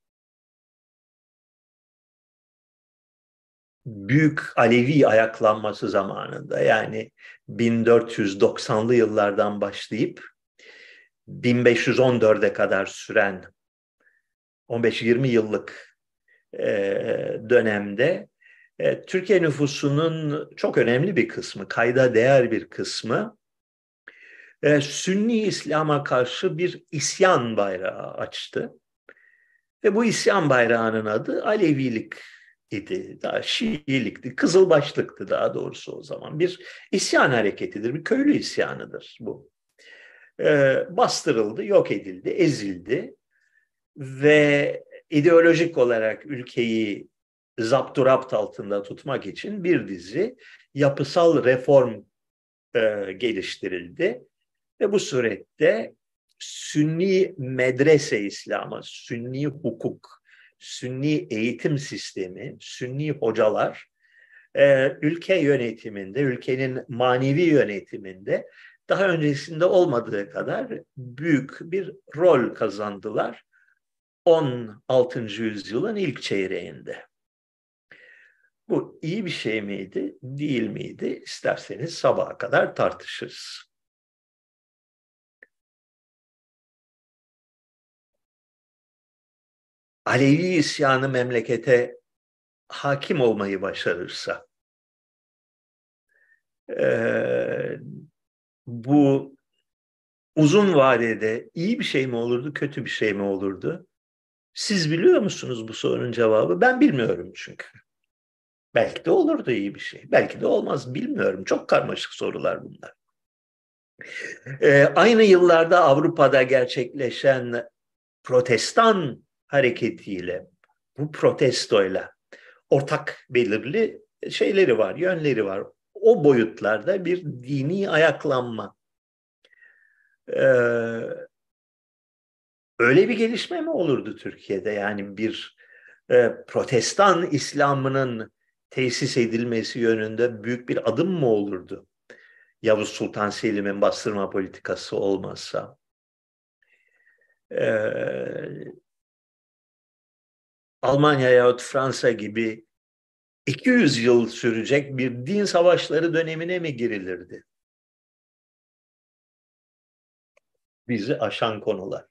büyük Alevi ayaklanması zamanında yani bin dört yüz doksanlı yıllardan başlayıp bin beş yüz on dörde kadar süren on beş yirmi yıllık e, dönemde e, Türkiye nüfusunun çok önemli bir kısmı, kayda değer bir kısmı e, Sünni İslam'a karşı bir isyan bayrağı açtı. Ve bu isyan bayrağının adı Alevilik idi. Daha Şiilikti, Kızılbaşlıktı daha doğrusu o zaman. Bir isyan hareketidir, bir köylü isyanıdır bu. Ee, bastırıldı, yok edildi, ezildi ve ideolojik olarak ülkeyi zapturapt altında tutmak için bir dizi yapısal reform e, geliştirildi. Ve bu surette Sünni medrese İslamı, Sünni hukuk, Sünni eğitim sistemi, Sünni hocalar e, ülke yönetiminde, ülkenin manevi yönetiminde daha öncesinde olmadığı kadar büyük bir rol kazandılar on altıncı yüzyılın ilk çeyreğinde. Bu iyi bir şey miydi, değil miydi? İsterseniz sabaha kadar tartışırız. Alevi isyanı memlekete hakim olmayı başarırsa, e, bu uzun vadede iyi bir şey mi olurdu, kötü bir şey mi olurdu? Siz biliyor musunuz bu sorunun cevabı? Ben bilmiyorum çünkü. Belki de olurdu iyi bir şey. Belki de olmaz, bilmiyorum. Çok karmaşık sorular bunlar. E, aynı yıllarda Avrupa'da gerçekleşen Protestan hareketiyle, bu protestoyla ortak belirli şeyleri var, yönleri var. O boyutlarda bir dini ayaklanma. Ee, öyle bir gelişme mi olurdu Türkiye'de? Yani bir e, Protestan İslam'ının tesis edilmesi yönünde büyük bir adım mı olurdu? Yavuz Sultan Selim'in bastırma politikası olmazsa. Ee, Almanya yahut Fransa gibi iki yüz yıl sürecek bir din savaşları dönemine mi girilirdi? Bizi aşan konular.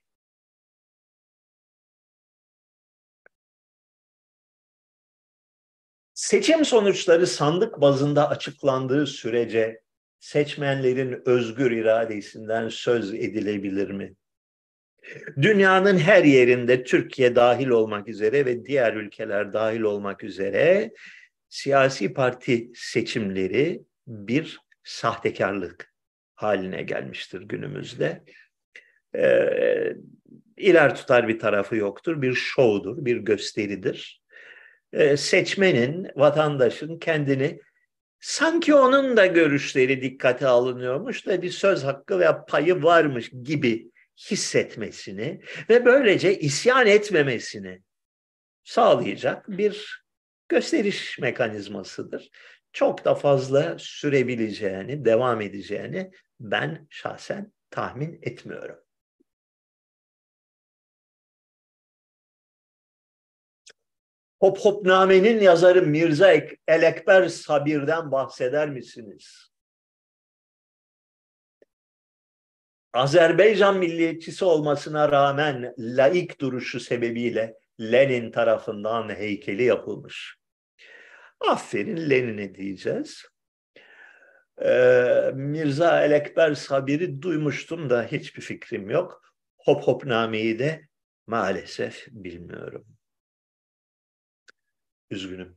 Seçim sonuçları sandık bazında açıklandığı sürece seçmenlerin özgür iradesinden söz edilebilir mi? Dünyanın her yerinde, Türkiye dahil olmak üzere ve diğer ülkeler dahil olmak üzere, siyasi parti seçimleri bir sahtekarlık haline gelmiştir günümüzde. Ee, iler tutar bir tarafı yoktur, bir şovdur, bir gösteridir. Ee, seçmenin, vatandaşın kendini sanki onun da görüşleri dikkate alınıyormuş da bir söz hakkı veya payı varmış gibi hissetmesini ve böylece isyan etmemesini sağlayacak bir gösteriş mekanizmasıdır. Çok da fazla sürebileceğini, devam edeceğini ben şahsen tahmin etmiyorum. Hop Hopname'nin yazarı Mirza Elekber Sabir'den bahseder misiniz? Azerbaycan milliyetçisi olmasına rağmen laik duruşu sebebiyle Lenin tarafından heykeli yapılmış. Aferin Lenin'e diyeceğiz. Ee, Mirza Elekber Sabir'i duymuştum da hiçbir fikrim yok. Hop Hopname'yi de maalesef bilmiyorum. Üzgünüm.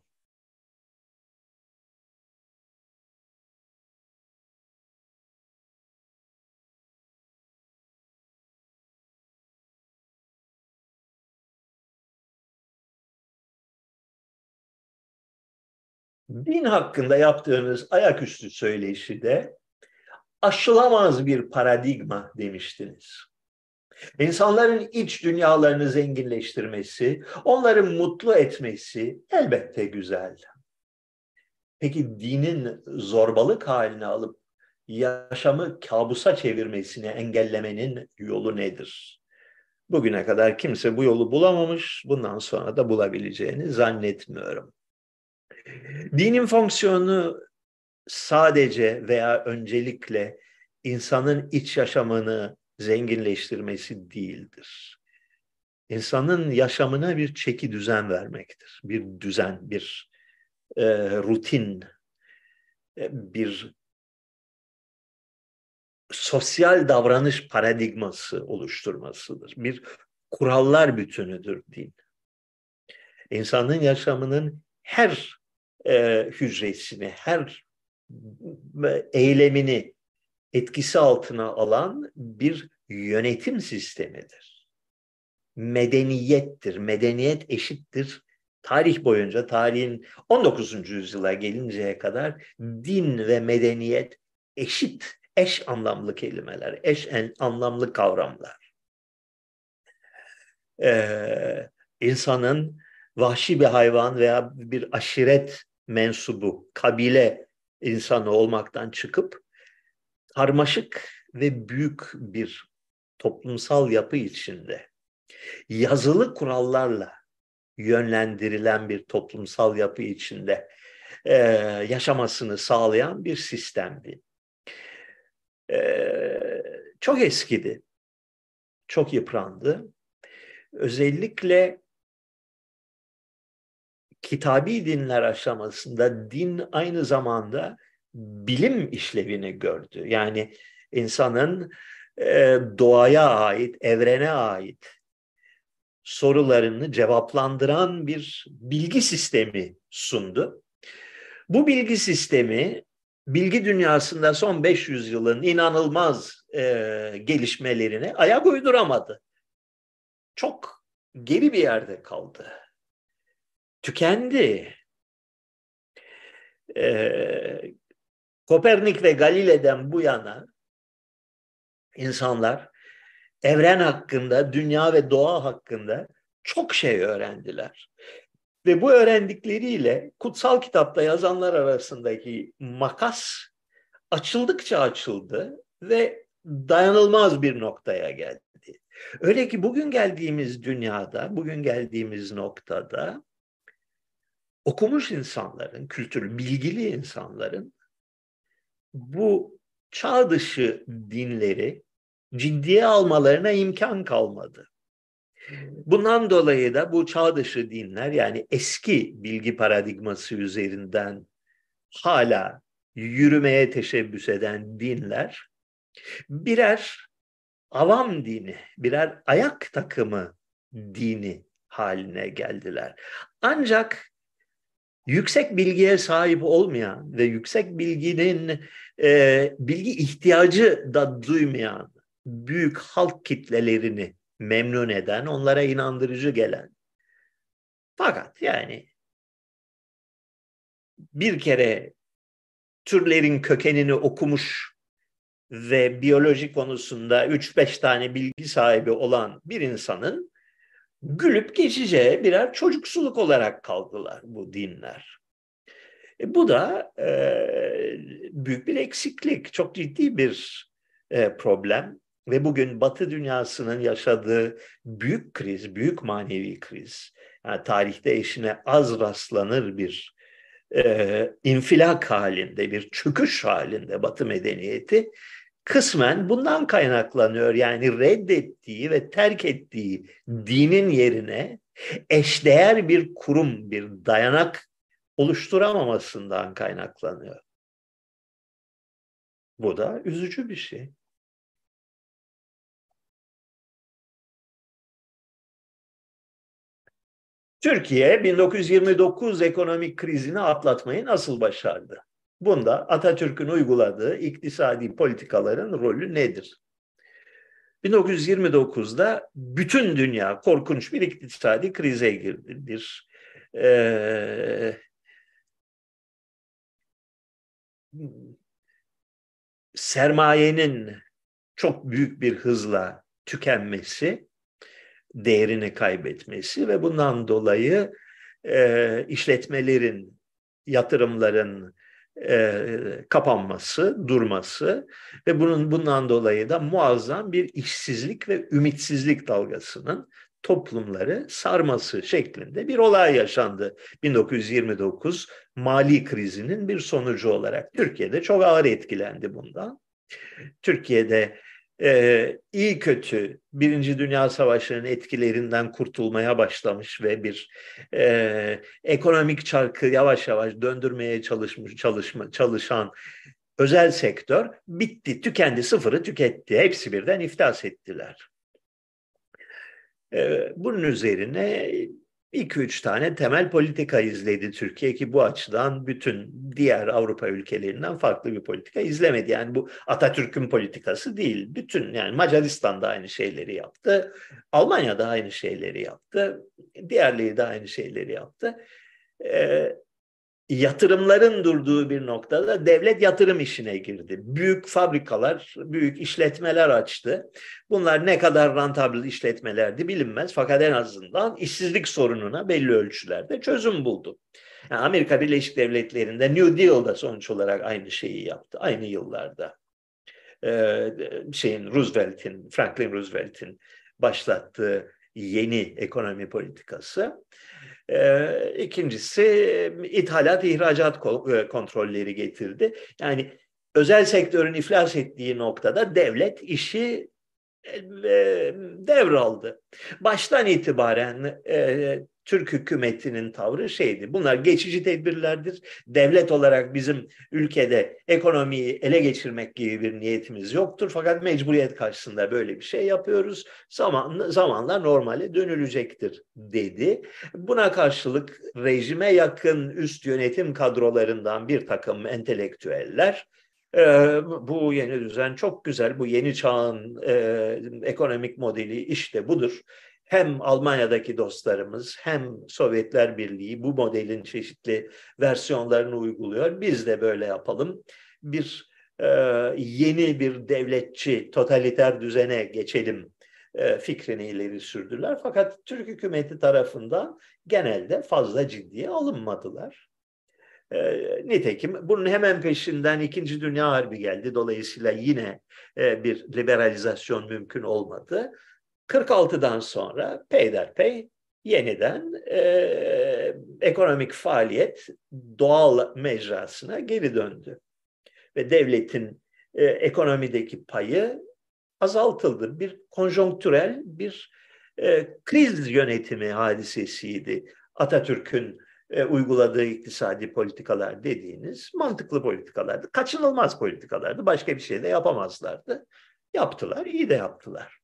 Din hakkında yaptığınız ayaküstü söyleşi de aşılamaz bir paradigma demiştiniz. İnsanların iç dünyalarını zenginleştirmesi, onları mutlu etmesi elbette güzel. Peki dinin zorbalık haline alıp yaşamı kabusa çevirmesini engellemenin yolu nedir? Bugüne kadar kimse bu yolu bulamamış, bundan sonra da bulabileceğini zannetmiyorum. Dinin fonksiyonu sadece veya öncelikle insanın iç yaşamını zenginleştirmesi değildir. İnsanın yaşamına bir çeki düzen vermektir. Bir düzen, bir e, rutin, e, bir sosyal davranış paradigması oluşturmasıdır. Bir kurallar bütünüdür din. İnsanın yaşamının her e, hücresini, her eylemini etkisi altına alan bir yönetim sistemidir. Medeniyettir. Medeniyet eşittir. Tarih boyunca, tarihin on dokuzuncu yüzyıla gelinceye kadar din ve medeniyet eşit, eş anlamlı kelimeler, eş anlamlı kavramlar. Ee, insanın vahşi bir hayvan veya bir aşiret mensubu, kabile insanı olmaktan çıkıp karmaşık ve büyük bir toplumsal yapı içinde yazılı kurallarla yönlendirilen bir toplumsal yapı içinde e, yaşamasını sağlayan bir sistemdi. E, çok eskidi, çok yıprandı. Özellikle kitabi dinler aşamasında din aynı zamanda bilim işlevini gördü. Yani insanın e, doğaya ait, evrene ait sorularını cevaplandıran bir bilgi sistemi sundu. Bu bilgi sistemi bilgi dünyasında son beş yüz yılın inanılmaz e, gelişmelerine ayak uyduramadı. Çok geri bir yerde kaldı. Tükendi. E, Kopernik ve Galile'den bu yana insanlar evren hakkında, dünya ve doğa hakkında çok şey öğrendiler. Ve bu öğrendikleriyle kutsal kitapta yazanlar arasındaki makas açıldıkça açıldı ve dayanılmaz bir noktaya geldi. Öyle ki bugün geldiğimiz dünyada, bugün geldiğimiz noktada okumuş insanların, kültürlü, bilgili insanların bu çağ dışı dinleri ciddiye almalarına imkan kalmadı. Bundan dolayı da bu çağ dışı dinler, yani eski bilgi paradigması üzerinden hala yürümeye teşebbüs eden dinler birer avam dini, birer ayak takımı dini haline geldiler. Ancak yüksek bilgiye sahip olmayan ve yüksek bilginin e, bilgi ihtiyacı da duymayan büyük halk kitlelerini memnun eden, onlara inandırıcı gelen. Fakat yani bir kere türlerin kökenini okumuş ve biyoloji konusunda üç beş tane bilgi sahibi olan bir insanın gülüp geçeceği birer çocuksuluk olarak kaldılar bu dinler. E, bu da e, büyük bir eksiklik, çok ciddi bir e, problem. Ve bugün Batı dünyasının yaşadığı büyük kriz, büyük manevi kriz, yani tarihte eşine az rastlanır bir e, infilak halinde, bir çöküş halinde Batı medeniyeti kısmen bundan kaynaklanıyor. Yani reddettiği ve terk ettiği dinin yerine eşdeğer bir kurum, bir dayanak oluşturamamasından kaynaklanıyor. Bu da üzücü bir şey. Türkiye bin dokuz yüz yirmi dokuz ekonomik krizini atlatmayı nasıl başardı? Bunda Atatürk'ün uyguladığı iktisadi politikaların rolü nedir? bin dokuz yüz yirmi dokuzda bütün dünya korkunç bir iktisadi krize girdi. Bir e, sermayenin çok büyük bir hızla tükenmesi, değerini kaybetmesi ve bundan dolayı e, işletmelerin, yatırımların e, kapanması, durması ve bunun bundan dolayı da muazzam bir işsizlik ve ümitsizlik dalgasının toplumları sarması şeklinde bir olay yaşandı. bin dokuz yüz yirmi dokuz mali krizinin bir sonucu olarak Türkiye'de çok ağır etkilendi bundan. Türkiye'de e, iyi kötü Birinci Dünya Savaşı'nın etkilerinden kurtulmaya başlamış ve bir e, ekonomik çarkı yavaş yavaş döndürmeye çalışmış çalışma, çalışan özel sektör bitti, tükendi, sıfırı tüketti. Hepsi birden iflas ettiler. E, bunun üzerine iki üç tane temel politika izledi Türkiye ki bu açıdan bütün diğer Avrupa ülkelerinden farklı bir politika izlemedi. Yani bu Atatürk'ün politikası değil. Bütün, yani Macaristan da aynı şeyleri yaptı. Almanya da aynı şeyleri yaptı. Diğerleri de aynı şeyleri yaptı. Ee, Yatırımların durduğu bir noktada devlet yatırım işine girdi. Büyük fabrikalar, büyük işletmeler açtı. Bunlar ne kadar rentable işletmelerdi bilinmez. Fakat en azından işsizlik sorununa belli ölçülerde çözüm buldu. Yani Amerika Birleşik Devletleri'nde New Deal'da sonuç olarak aynı şeyi yaptı. Aynı yıllarda. Ee, şeyin Roosevelt'in, Franklin Roosevelt'in başlattığı yeni ekonomi politikası. Ee, ikincisi ithalat, ihracat kontrolleri getirdi. Yani özel sektörün iflas ettiği noktada devlet işi e, devraldı. Baştan itibaren e, Türk hükümetinin tavrı şeydi. Bunlar geçici tedbirlerdir. Devlet olarak bizim ülkede ekonomiyi ele geçirmek gibi bir niyetimiz yoktur. Fakat mecburiyet karşısında böyle bir şey yapıyoruz. Zaman, zamanla normale dönülecektir dedi. Buna karşılık rejime yakın üst yönetim kadrolarından bir takım entelektüeller, Ee, bu yeni düzen çok güzel, bu yeni çağın e, ekonomik modeli işte budur. Hem Almanya'daki dostlarımız hem Sovyetler Birliği bu modelin çeşitli versiyonlarını uyguluyor. Biz de böyle yapalım. Bir e, yeni bir devletçi, totaliter düzene geçelim e, fikrini ileri sürdüler. Fakat Türk hükümeti tarafından genelde fazla ciddiye alınmadılar. E, nitekim bunun hemen peşinden İkinci Dünya Harbi geldi. Dolayısıyla yine e, bir liberalizasyon mümkün olmadı. kırk altıdan sonra peyderpey yeniden e, ekonomik faaliyet doğal mecrasına geri döndü. Ve devletin e, ekonomideki payı azaltıldı. Bir konjonktürel bir e, kriz yönetimi hadisesiydi. Atatürk'ün e, uyguladığı iktisadi politikalar dediğiniz mantıklı politikalardı. Kaçınılmaz politikalardı. Başka bir şey de yapamazlardı. Yaptılar, iyi de yaptılar.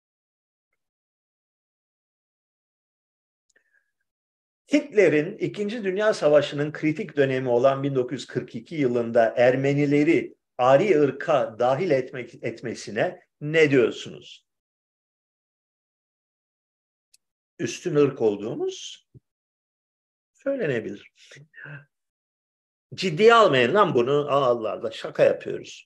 Hitler'in İkinci Dünya Savaşı'nın kritik dönemi olan bin dokuz yüz kırk iki yılında Ermenileri ari ırka dahil etmek, etmesine ne diyorsunuz? Üstün ırk olduğumuz söylenebilir. Ciddiye almayın lan bunu. Allah Allah, şaka yapıyoruz.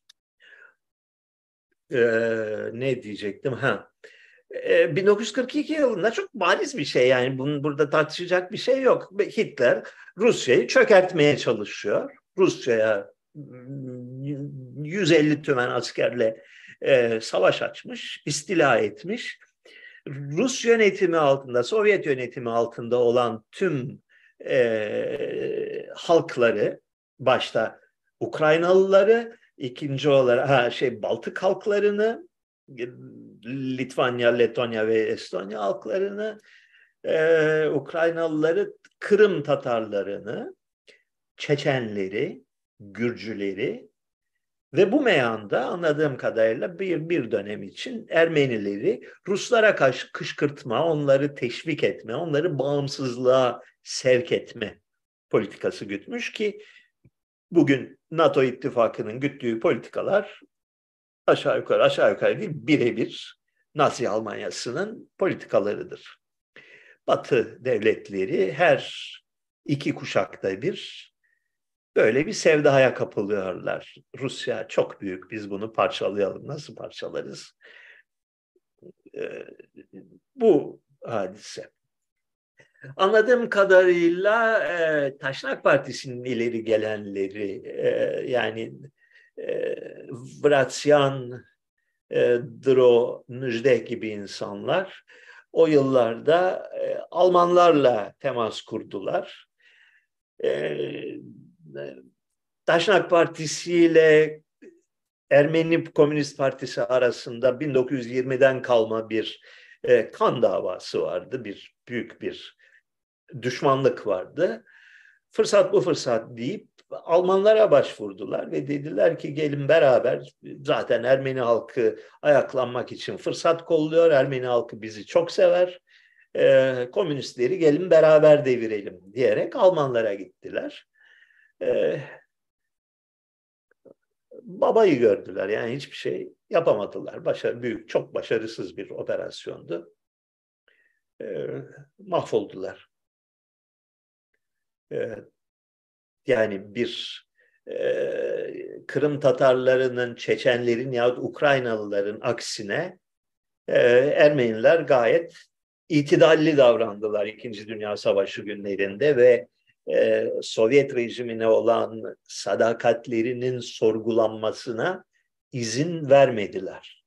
Ee, ne diyecektim? Ha. Ee, bin dokuz yüz kırk iki yılında çok bariz bir şey, yani bunun burada tartışacak bir şey yok. Hitler Rusya'yı çökertmeye çalışıyor. Rusya'ya yüz elli tümen askerle e, savaş açmış, istila etmiş. Rus yönetimi altında, Sovyet yönetimi altında olan tüm e, halkları, başta Ukraynalıları, ikinci olarak ha, şey Baltık halklarını, Litvanya, Letonya ve Estonya halklarını, e, Ukraynalıları, Kırım Tatarlarını, Çeçenleri, Gürcüleri ve bu meyanda anladığım kadarıyla bir, bir dönem için Ermenileri Ruslara karşı kışkırtma, onları teşvik etme, onları bağımsızlığa sevk etme politikası gütmüş ki bugün NATO ittifakının güttüğü politikalar aşağı yukarı aşağı yukarı değil, birebir Nazi Almanyası'nın politikalarıdır. Batı devletleri her iki kuşakta bir böyle bir sevdaya kapılıyorlar. Rusya çok büyük, biz bunu parçalayalım. Nasıl parçalarız? Ee, bu hadise. Anladığım kadarıyla e, Taşnak Partisi'nin ileri gelenleri, e, yani e, Vratsyan, e, Dro, Nujde gibi insanlar o yıllarda e, Almanlarla temas kurdular. E, Taşnak Partisi ile Ermeni Komünist Partisi arasında bin dokuz yüz yirmiden kalma bir e, kan davası vardı. Bir büyük bir düşmanlık vardı. Fırsat bu fırsat deyip Almanlara başvurdular ve dediler ki gelin beraber, zaten Ermeni halkı ayaklanmak için fırsat kolluyor. Ermeni halkı bizi çok sever. E, komünistleri gelin beraber devirelim diyerek Almanlara gittiler. E, babayı gördüler, yani hiçbir şey yapamadılar. Başarı, büyük, çok başarısız bir operasyondu. E, mahvoldular. E, yani bir e, Kırım Tatarlarının, Çeçenlerin yahut Ukraynalıların aksine e, Ermeniler gayet itidalli davrandılar İkinci Dünya Savaşı günlerinde ve e, Sovyet rejimine olan sadakatlerinin sorgulanmasına izin vermediler.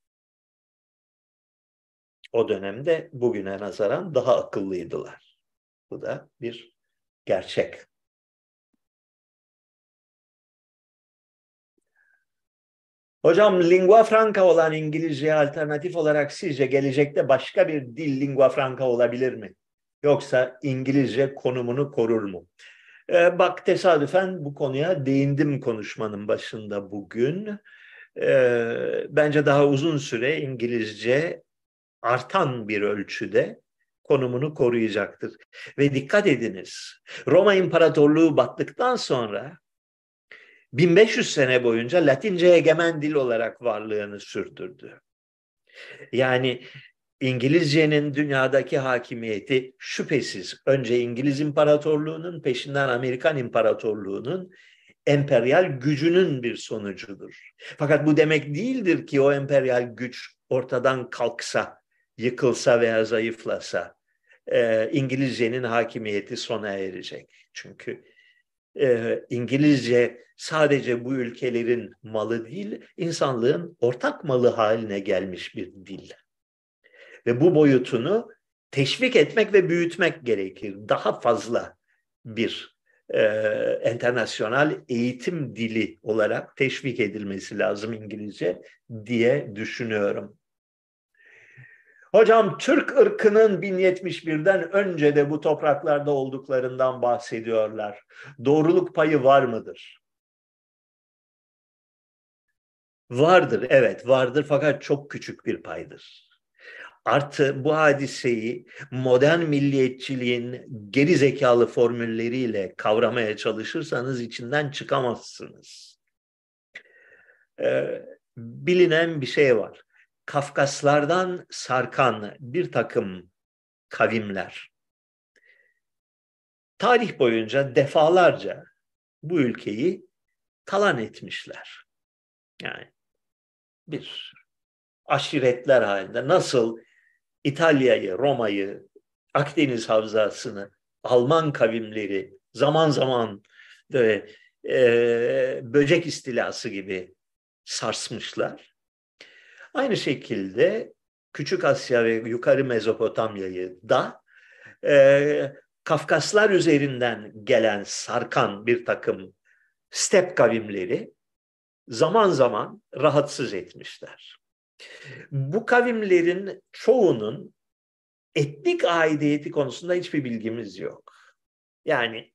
O dönemde bugüne nazaran daha akıllıydılar. Bu da bir gerçek. Hocam, lingua franca olan İngilizceye alternatif olarak sizce gelecekte başka bir dil lingua franca olabilir mi? Yoksa İngilizce konumunu korur mu? Ee, bak, tesadüfen bu konuya değindim konuşmanın başında bugün. Ee, bence daha uzun süre İngilizce artan bir ölçüde konumunu koruyacaktır. Ve dikkat ediniz, Roma İmparatorluğu battıktan sonra bin beş yüz sene boyunca Latince egemen dil olarak varlığını sürdürdü. Yani İngilizcenin dünyadaki hakimiyeti şüphesiz önce İngiliz İmparatorluğu'nun, peşinden Amerikan İmparatorluğu'nun emperyal gücünün bir sonucudur. Fakat bu demek değildir ki o emperyal güç ortadan kalksa, yıkılsa veya zayıflasa e, İngilizcenin hakimiyeti sona erecek. Çünkü e, İngilizce sadece bu ülkelerin malı değil, insanlığın ortak malı haline gelmiş bir dil. Ve bu boyutunu teşvik etmek ve büyütmek gerekir. Daha fazla bir e, internasyonal eğitim dili olarak teşvik edilmesi lazım İngilizce diye düşünüyorum. Hocam Türk ırkının bin yetmiş birden önce de bu topraklarda olduklarından bahsediyorlar. Doğruluk payı var mıdır? Vardır, evet vardır fakat çok küçük bir paydır. Artı bu hadiseyi modern milliyetçiliğin geri zekalı formülleriyle kavramaya çalışırsanız içinden çıkamazsınız. Ee, bilinen bir şey var. Kafkaslardan sarkan bir takım kavimler tarih boyunca defalarca bu ülkeyi talan etmişler. Yani bir aşiretler halinde nasıl İtalya'yı, Roma'yı, Akdeniz Havzası'nı, Alman kavimleri zaman zaman böyle, e, böcek istilası gibi sarsmışlar. Aynı şekilde Küçük Asya ve Yukarı Mezopotamya'yı da e, Kafkaslar üzerinden gelen sarkan bir takım step kavimleri zaman zaman rahatsız etmişler. Bu kavimlerin çoğunun etnik aidiyeti konusunda hiçbir bilgimiz yok. Yani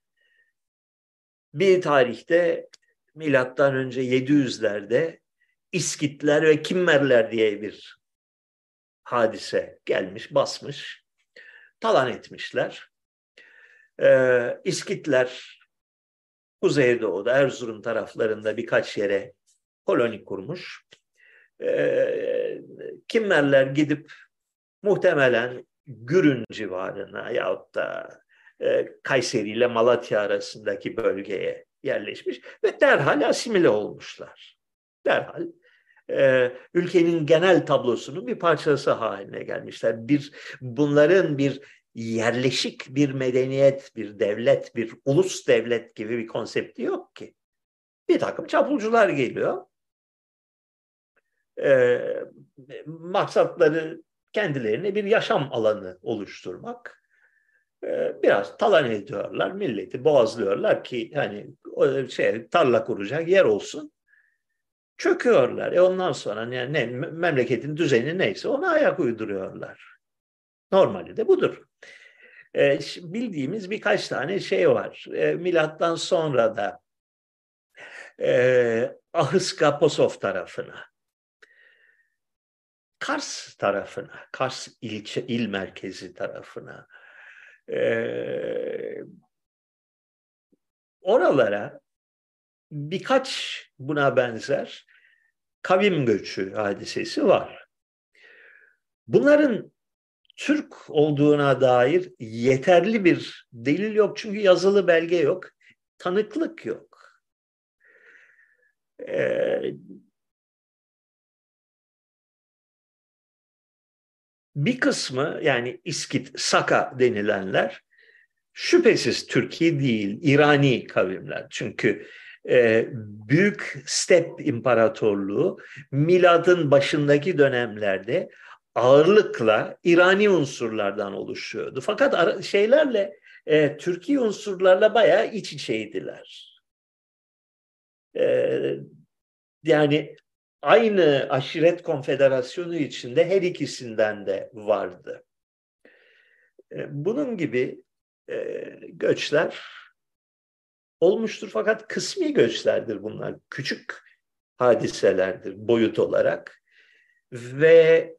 bir tarihte milattan önce yedi yüzlerde İskitler ve Kimmerler diye bir hadise gelmiş, basmış, talan etmişler. Ee, İskitler Kuzeydoğu'da, Erzurum taraflarında birkaç yere koloni kurmuş. Ee, Kimmerler gidip muhtemelen Gürün civarına yahut da e, Kayseri ile Malatya arasındaki bölgeye yerleşmiş ve derhal asimile olmuşlar. Derhal e, ülkenin genel tablosunun bir parçası haline gelmişler. Bir bunların bir yerleşik bir medeniyet, bir devlet, bir ulus devlet gibi bir konsepti yok ki. Bir takım çapulcular geliyor. E, maksatları kendilerine bir yaşam alanı oluşturmak. E, biraz talan ediyorlar, milleti boğazlıyorlar ki hani o şey tarla kuracak yer olsun. Çöküyorlar. E ondan sonra yani ne, memleketin düzeni neyse ona ayak uyduruyorlar. Normali de budur. E, bildiğimiz birkaç tane şey var. E, milattan sonra da e, Ahıska Posov tarafına, Kars tarafına, Kars ilçe, il merkezi tarafına, e, oralara birkaç buna benzer kavim göçü hadisesi var. Bunların Türk olduğuna dair yeterli bir delil yok çünkü yazılı belge yok, tanıklık yok. Ee, bir kısmı yani İskit, Saka denilenler şüphesiz Türkiye değil, İrani kavimler. Çünkü e, Büyük Step İmparatorluğu miladın başındaki dönemlerde ağırlıkla İrani unsurlardan oluşuyordu. Fakat ara, şeylerle e, Türkiye unsurlarla bayağı iç içeydiler. E, yani aynı aşiret konfederasyonu içinde her ikisinden de vardı. E, bunun gibi e, göçler olmuştur fakat kısmi göçlerdir bunlar. Küçük hadiselerdir boyut olarak ve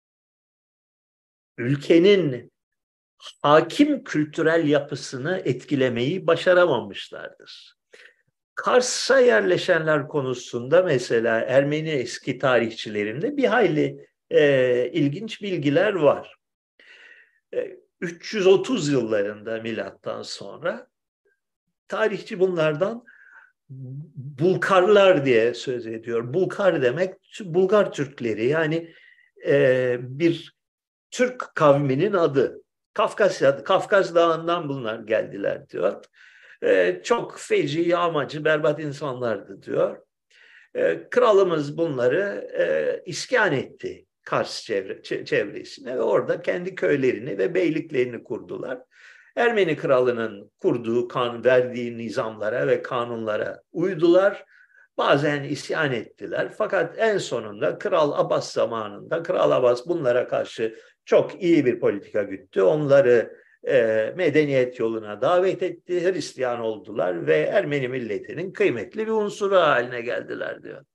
ülkenin hakim kültürel yapısını etkilemeyi başaramamışlardır. Kars'a yerleşenler konusunda mesela Ermeni eski tarihçilerinde bir hayli e, ilginç bilgiler var. E, üç yüz otuz yıllarında milattan sonra tarihçi bunlardan Bulkarlar diye söz ediyor. Bulkar demek Bulgar Türkleri yani e, bir Türk kavminin adı. Kafkasya, Kafkas Dağı'ndan bunlar geldiler diyor. E, çok feci, yağmacı, berbat insanlardı diyor. E, kralımız bunları e, iskan etti Kars çevre, çevresine ve orada kendi köylerini ve beyliklerini kurdular. Ermeni kralının kurduğu, kan verdiği nizamlara ve kanunlara uydular. Bazen isyan ettiler. Fakat en sonunda Kral Abbas zamanında Kral Abbas bunlara karşı çok iyi bir politika güttü. Onları e, medeniyet yoluna davet etti. Hristiyan oldular ve Ermeni milletinin kıymetli bir unsuru haline geldiler diyor.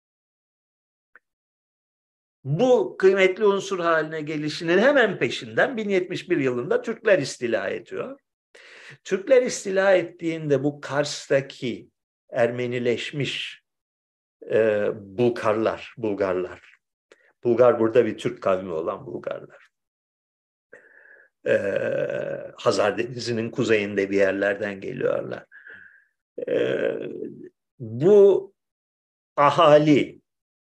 Bu kıymetli unsur haline gelişinin hemen peşinden bin yetmiş bir yılında Türkler istila ediyor. Türkler istila ettiğinde bu Kars'taki Ermenileşmiş e, Bulgarlar, Bulgarlar, Bulgar burada bir Türk kavmi olan Bulgarlar, e, Hazar Denizi'nin kuzeyinde bir yerlerden geliyorlar. E, bu ahali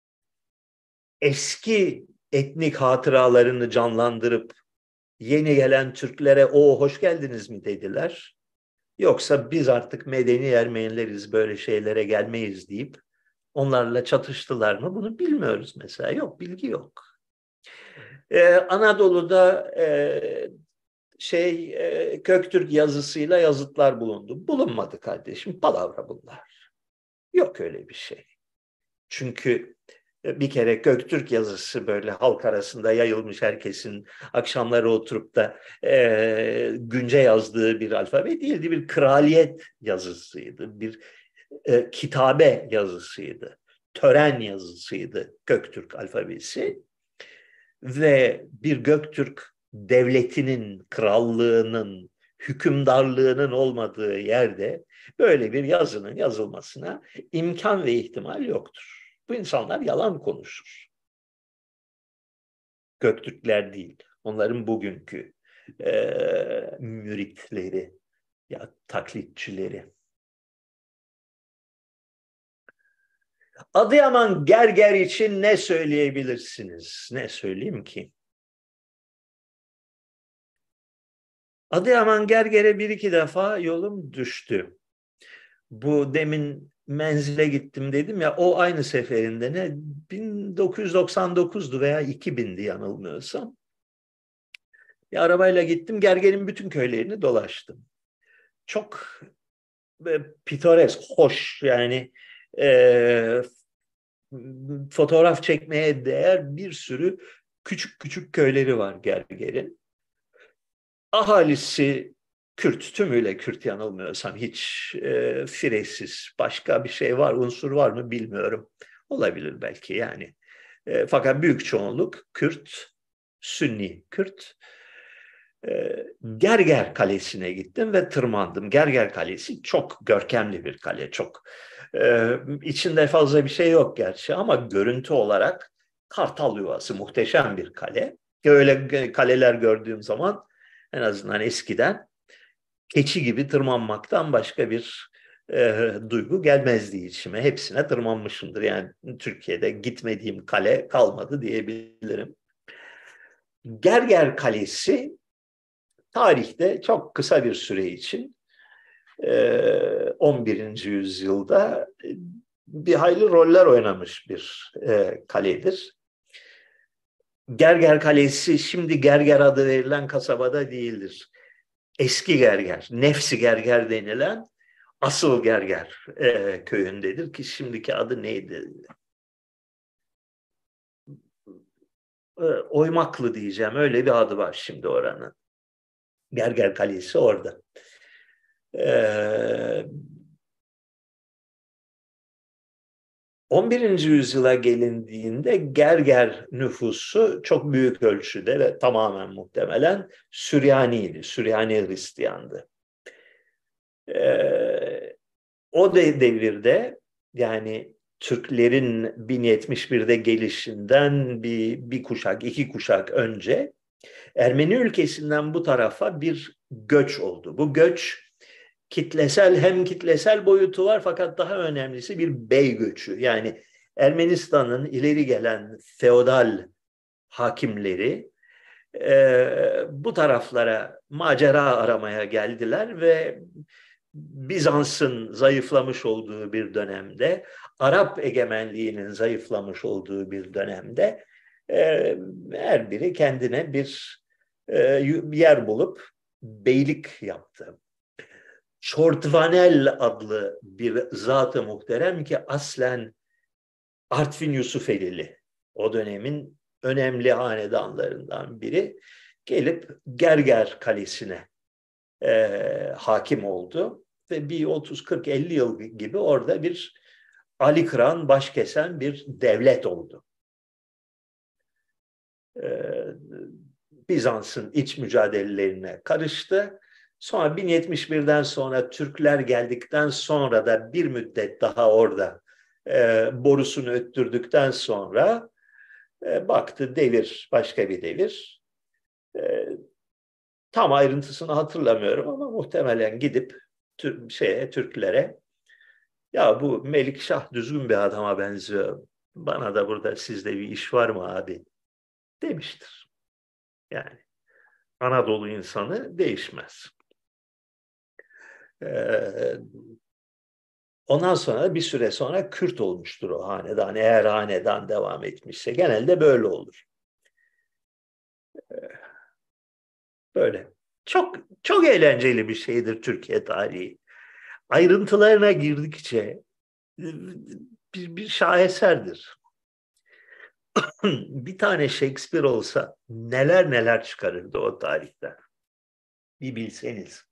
eski etnik hatıralarını canlandırıp yeni gelen Türklere o hoş geldiniz mi dediler. Yoksa biz artık medeni Ermenileriz böyle şeylere gelmeyiz deyip onlarla çatıştılar mı bunu bilmiyoruz mesela. Yok, bilgi yok. Ee, Anadolu'da e, şey e, Köktürk yazısıyla yazıtlar bulundu. Bulunmadı kardeşim. Palavra bunlar. Yok öyle bir şey. Çünkü bir kere Göktürk yazısı böyle halk arasında yayılmış, herkesin akşamları oturup da e, günce yazdığı bir alfabe değildi. Bir kraliyet yazısıydı, bir e, kitabe yazısıydı, tören yazısıydı Göktürk alfabesi. Ve bir Göktürk devletinin, krallığının, hükümdarlığının olmadığı yerde böyle bir yazının yazılmasına imkan ve ihtimal yoktur. Bu insanlar yalan konuşur. Göktürkler değil, onların bugünkü e, müritleri ya taklitçileri. Adıyaman Gerger için ne söyleyebilirsiniz? Ne söyleyeyim ki? Adıyaman Gerger'e bir iki defa yolum düştü. Bu demin menzile gittim dedim ya, o aynı seferinde ne bin dokuz yüz doksan dokuzdu veya iki bindi yanılmıyorsam. Bir arabayla gittim, Gerger'in bütün köylerini dolaştım. Çok e, pitoresk, hoş yani e, fotoğraf çekmeye değer bir sürü küçük küçük köyleri var Gerger'in. Ahalisi Kürt, tümüyle Kürt yanılmıyorsam, hiç e, Firesiz, başka bir şey var, unsur var mı bilmiyorum. Olabilir belki yani. E, fakat büyük çoğunluk Kürt, Sünni Kürt. E, Gerger Kalesi'ne gittim ve tırmandım. Gerger Kalesi çok görkemli bir kale, çok. E, içinde fazla bir şey yok gerçi ama görüntü olarak kartal yuvası, muhteşem bir kale. Öyle kaleler gördüğüm zaman en azından eskiden keçi gibi tırmanmaktan başka bir e, duygu gelmezdi içime. Hepsine tırmanmışımdır. Yani Türkiye'de gitmediğim kale kalmadı diyebilirim. Gerger Kalesi tarihte çok kısa bir süre için e, on birinci yüzyılda bir hayli roller oynamış bir e, kaledir. Gerger Kalesi şimdi Gerger adı verilen kasabada değildir. Eski Gerger, Nefsi Gerger denilen asıl Gerger e, köyündedir ki şimdiki adı neydi? E, Oymaklı diyeceğim. Öyle bir adı var şimdi oranın. Gerger Kalesi orada. E, on birinci yüzyıla gelindiğinde Gerger nüfusu çok büyük ölçüde ve tamamen muhtemelen Süryaniydi, Süryani Hristiyandı. Ee, o de devirde yani Türklerin bin yetmiş birde gelişinden bir, bir kuşak, iki kuşak önce Ermeni ülkesinden bu tarafa bir göç oldu. Bu göç kitlesel, hem kitlesel boyutu var fakat daha önemlisi bir bey göçü. Yani Ermenistan'ın ileri gelen feodal hakimleri e, bu taraflara macera aramaya geldiler ve Bizans'ın zayıflamış olduğu bir dönemde, Arap egemenliğinin zayıflamış olduğu bir dönemde e, her biri kendine bir e, yer bulup beylik yaptı. Şortvanel adlı bir zat-ı muhterem ki aslen Artvin Yusufelili, o dönemin önemli hanedanlarından biri, gelip Gerger Kalesi'ne e, hakim oldu ve bir otuz kırk elli yıl gibi orada bir Ali Kıran baş kesen bir devlet oldu. Ee, Bizans'ın iç mücadelelerine karıştı. Sonra bin yetmiş birden sonra Türkler geldikten sonra da bir müddet daha orada e, borusunu öttürdükten sonra e, baktı devir başka bir devir. E, tam ayrıntısını hatırlamıyorum ama muhtemelen gidip tür, şeye Türklere, ya bu Melikşah düzgün bir adama benziyor, bana da burada sizde bir iş var mı abi demiştir. Yani Anadolu insanı değişmez. Ee, ondan sonra bir süre sonra Kürt olmuştur o hanedan. Eğer hanedan devam etmişse genelde böyle olur. Ee, böyle. Çok çok eğlenceli bir şeydir Türkiye tarihi. Ayrıntılarına girdikçe bir, bir şaheserdir. Bir tane Shakespeare olsa neler neler çıkarırdı o tarihten. Bir bilseniz.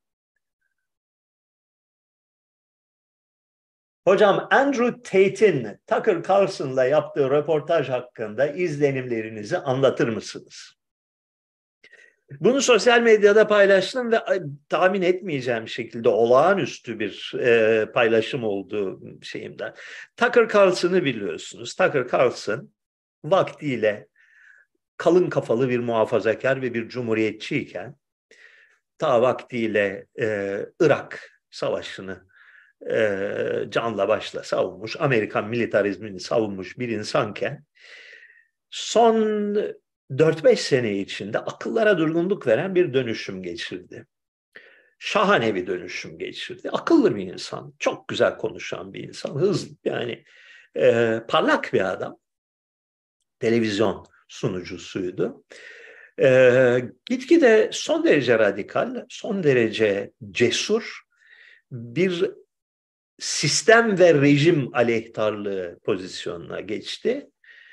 Hocam, Andrew Tate'in Tucker Carlson'la yaptığı röportaj hakkında izlenimlerinizi anlatır mısınız? Bunu sosyal medyada paylaştım ve tahmin etmeyeceğim şekilde olağanüstü bir e, paylaşım oldu şeyimden. Tucker Carlson'ı biliyorsunuz. Tucker Carlson vaktiyle kalın kafalı bir muhafazakar ve bir cumhuriyetçiyken, ta vaktiyle e, Irak Savaşı'nı e, canla başla savunmuş, Amerikan militarizmini savunmuş bir insanken, son dört beş sene içinde akıllara durgunluk veren bir dönüşüm geçirdi. Şahane bir dönüşüm geçirdi. Akıllı bir insan, çok güzel konuşan bir insan, hızlı, yani e, parlak bir adam. Televizyon sunucusuydu. E, gitgide son derece radikal, son derece cesur bir sistem ve rejim aleyhtarlığı pozisyonuna geçti.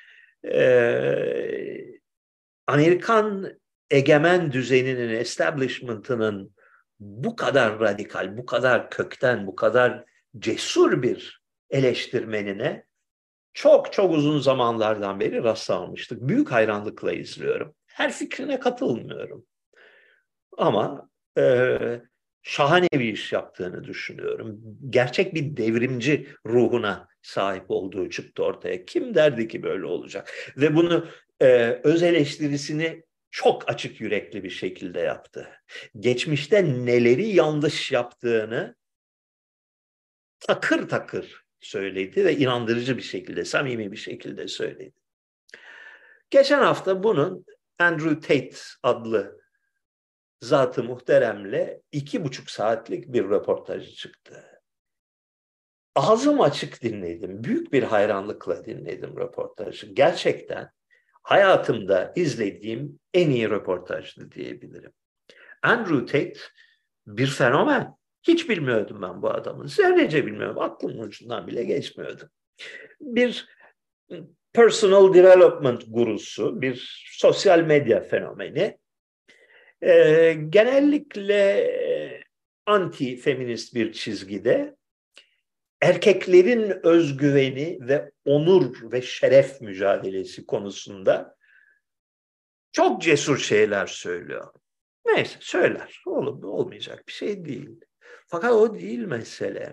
Ee, Amerikan egemen düzeninin, establishment'ının bu kadar radikal, bu kadar kökten, bu kadar cesur bir eleştirmenine çok çok uzun zamanlardan beri rastlamamıştık. Büyük hayranlıkla izliyorum. Her fikrine katılmıyorum. Ama e, şahane bir iş yaptığını düşünüyorum. Gerçek bir devrimci ruhuna sahip olduğu çıktı ortaya. Kim derdi ki böyle olacak? Ve bunu e, öz eleştirisini çok açık yürekli bir şekilde yaptı. Geçmişte neleri yanlış yaptığını takır takır söyledi ve inandırıcı bir şekilde, samimi bir şekilde söyledi. Geçen hafta bunun Andrew Tate adlı Zat-ı Muhterem'le iki buçuk saatlik bir röportajı çıktı. Ağzım açık dinledim. Büyük bir hayranlıkla dinledim röportajı. Gerçekten hayatımda izlediğim en iyi röportajdı diyebilirim. Andrew Tate bir fenomen. Hiç bilmiyordum ben bu adamı. Zerrece bilmiyorum. Aklımın ucundan bile geçmiyordu. Bir personal development gurusu, bir sosyal medya fenomeni. Ee, genellikle anti-feminist bir çizgide, erkeklerin özgüveni ve onur ve şeref mücadelesi konusunda çok cesur şeyler söylüyor. Neyse söyler. Ol, olmayacak bir şey değil. Fakat o değil mesele.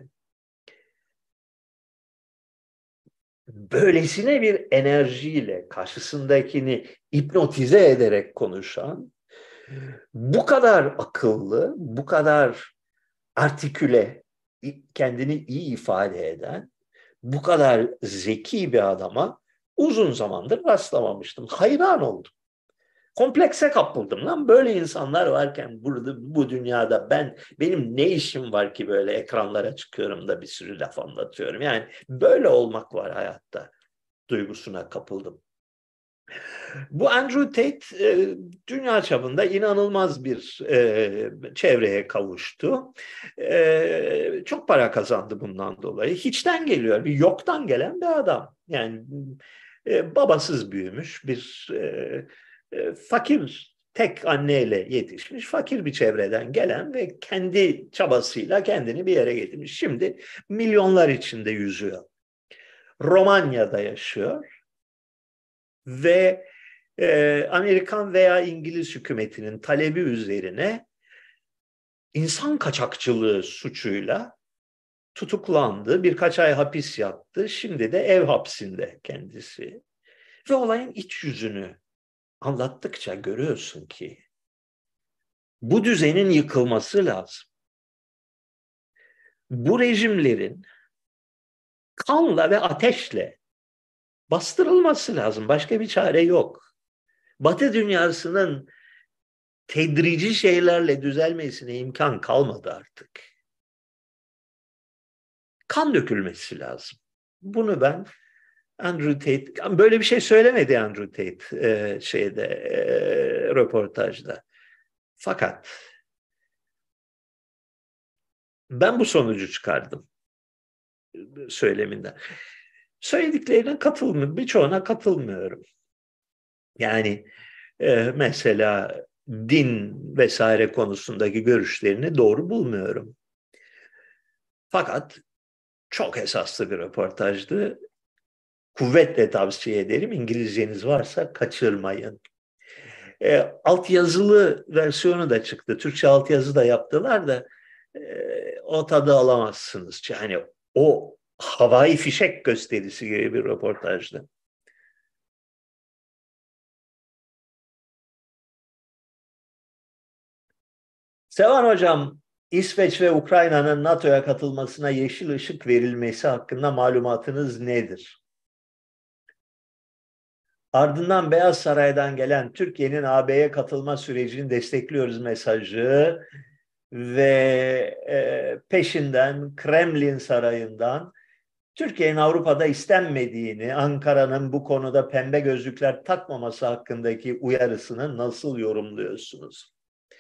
Böylesine bir enerjiyle karşısındakini hipnotize ederek konuşan, bu kadar akıllı, bu kadar artiküle, kendini iyi ifade eden, bu kadar zeki bir adama uzun zamandır rastlamamıştım. Hayran oldum. Komplekse kapıldım lan. Böyle insanlar varken burada, bu dünyada ben benim ne işim var ki böyle ekranlara çıkıyorum da bir sürü laf anlatıyorum. Yani böyle olmak var hayatta duygusuna kapıldım. Bu Andrew Tate e, dünya çapında inanılmaz bir e, çevreye kavuştu. E, çok para kazandı bundan dolayı. Hiçten geliyor, bir yoktan gelen bir adam. Yani e, babasız büyümüş bir e, e, fakir, tek anneyle yetişmiş, fakir bir çevreden gelen ve kendi çabasıyla kendini bir yere getirmiş. Şimdi milyonlar içinde yüzüyor. Romanya'da yaşıyor ve e, Amerikan veya İngiliz hükümetinin talebi üzerine insan kaçakçılığı suçuyla tutuklandı. Birkaç ay hapis yattı. Şimdi de ev hapsinde kendisi. Ve olayın iç yüzünü anlattıkça görüyorsun ki bu düzenin yıkılması lazım. Bu rejimlerin kanla ve ateşle bastırılması lazım. Başka bir çare yok. Batı dünyasının tedrici şeylerle düzelmesine imkan kalmadı artık. Kan dökülmesi lazım. Bunu ben Andrew Tate, böyle bir şey söylemedi Andrew Tate e, şeyde e, röportajda. Fakat ben bu sonucu çıkardım söyleminden. Söylediklerine katılmıyorum, birçoğuna katılmıyorum. Yani e, mesela din vesaire konusundaki görüşlerini doğru bulmuyorum. Fakat çok esaslı bir röportajdı. Kuvvetle tavsiye ederim. İngilizceniz varsa kaçırmayın. E, altyazılı versiyonu da çıktı. Türkçe altyazı da yaptılar da e, o tadı alamazsınız. Yani o havai fişek gösterisi gibi bir röportajdı. Sevan Hocam, İsveç ve Ukrayna'nın NATO'ya katılmasına yeşil ışık verilmesi hakkında malumatınız nedir? Ardından Beyaz Saray'dan gelen Türkiye'nin A B'ye katılma sürecini destekliyoruz mesajı ve e, peşinden Kremlin Sarayı'ndan Türkiye'nin Avrupa'da istenmediğini, Ankara'nın bu konuda pembe gözlükler takmaması hakkındaki uyarısını nasıl yorumluyorsunuz?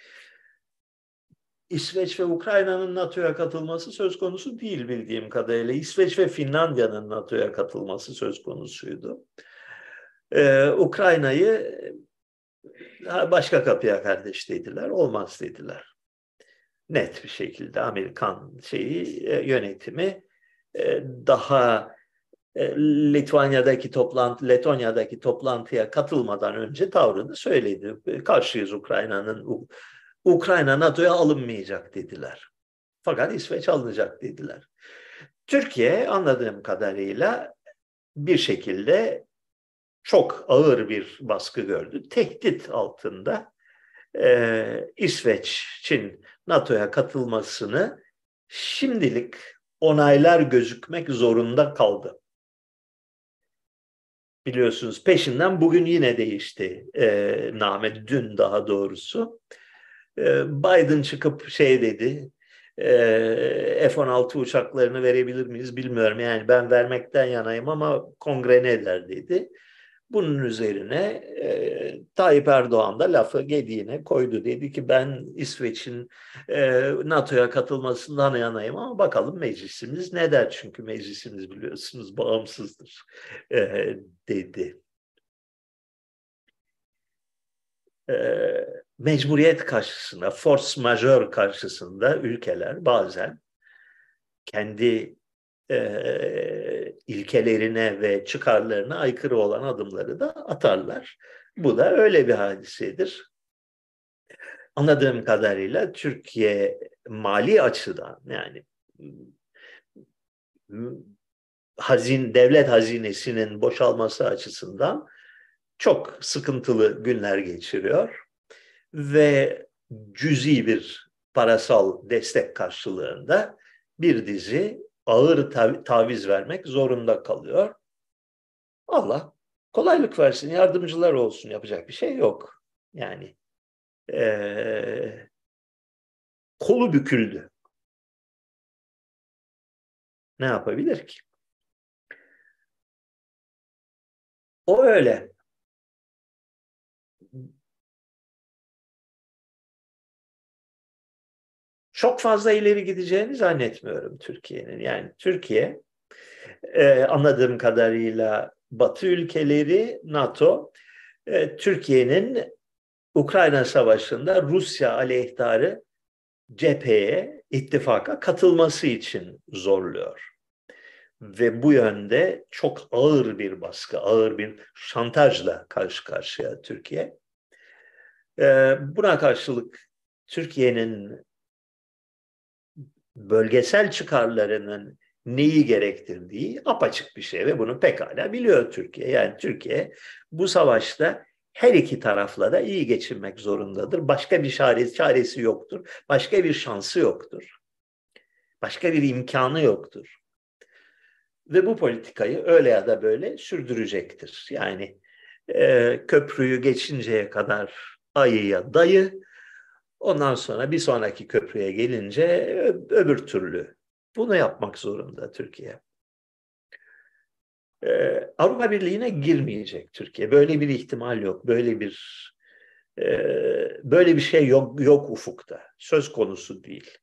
İsveç ve Ukrayna'nın NATO'ya katılması söz konusu değil bildiğim kadarıyla. İsveç ve Finlandiya'nın NATO'ya katılması söz konusuydu. Ee, Ukrayna'yı başka kapıya kardeş dediler, olmaz dediler. Net bir şekilde Amerikan şeyi e, yönetimi e, daha e, Litvanya'daki toplantı, Letonya'daki toplantıya katılmadan önce tavrını söyledi. Karşıyız Ukrayna'nın, Ukrayna NATO'ya alınmayacak dediler. Fakat İsveç alınacak dediler. Türkiye anladığım kadarıyla bir şekilde çok ağır bir baskı gördü. Tehdit altında e, İsveç'in NATO'ya katılmasını şimdilik onaylar gözükmek zorunda kaldı. Biliyorsunuz peşinden bugün yine değişti e, name, dün daha doğrusu. E, Biden çıkıp şey dedi, e, F on altı uçaklarını verebilir miyiz bilmiyorum. Yani ben vermekten yanayım ama kongre ne der dedi. Bunun üzerine e, Tayyip Erdoğan da lafı gediğine koydu. Dedi ki ben İsveç'in e, NATO'ya katılmasından yanayım ama bakalım meclisimiz ne der? Çünkü meclisimiz biliyorsunuz bağımsızdır e, dedi. E, Mecburiyet karşısında, force majeure karşısında ülkeler bazen kendi e, ilkelerine ve çıkarlarına aykırı olan adımları da atarlar. Bu da öyle bir hadisedir. Anladığım kadarıyla Türkiye mali açıdan yani hazin devlet hazinesinin boşalması açısından çok sıkıntılı günler geçiriyor ve cüzi bir parasal destek karşılığında bir dizi ağır taviz vermek zorunda kalıyor. Allah kolaylık versin, yardımcılar olsun, yapacak bir şey yok. Yani ee, kolu büküldü. Ne yapabilir ki? O öyle. çok fazla ileri gideceğini zannetmiyorum Türkiye'nin. Yani Türkiye e, anladığım kadarıyla Batı ülkeleri, NATO, e, Türkiye'nin Ukrayna Savaşı'nda Rusya aleyhtarı cepheye, ittifaka katılması için zorluyor. Ve bu yönde çok ağır bir baskı, ağır bir şantajla karşı karşıya Türkiye. Ee, buna karşılık Türkiye'nin bölgesel çıkarlarının neyi gerektirdiği apaçık bir şey ve bunu pekala biliyor Türkiye. Yani Türkiye bu savaşta her iki tarafla da iyi geçinmek zorundadır. Başka bir çaresi, çaresi yoktur. Başka bir şansı yoktur. Başka bir imkanı yoktur. Ve bu politikayı öyle ya da böyle sürdürecektir. Yani e, köprüyü geçinceye kadar ayıya dayı, ondan sonra bir sonraki köprüye gelince öbür türlü. Bunu yapmak zorunda Türkiye. Ee, Avrupa Birliği'ne girmeyecek Türkiye. Böyle bir ihtimal yok. Böyle bir e, böyle bir şey yok yok ufukta. Söz konusu değil.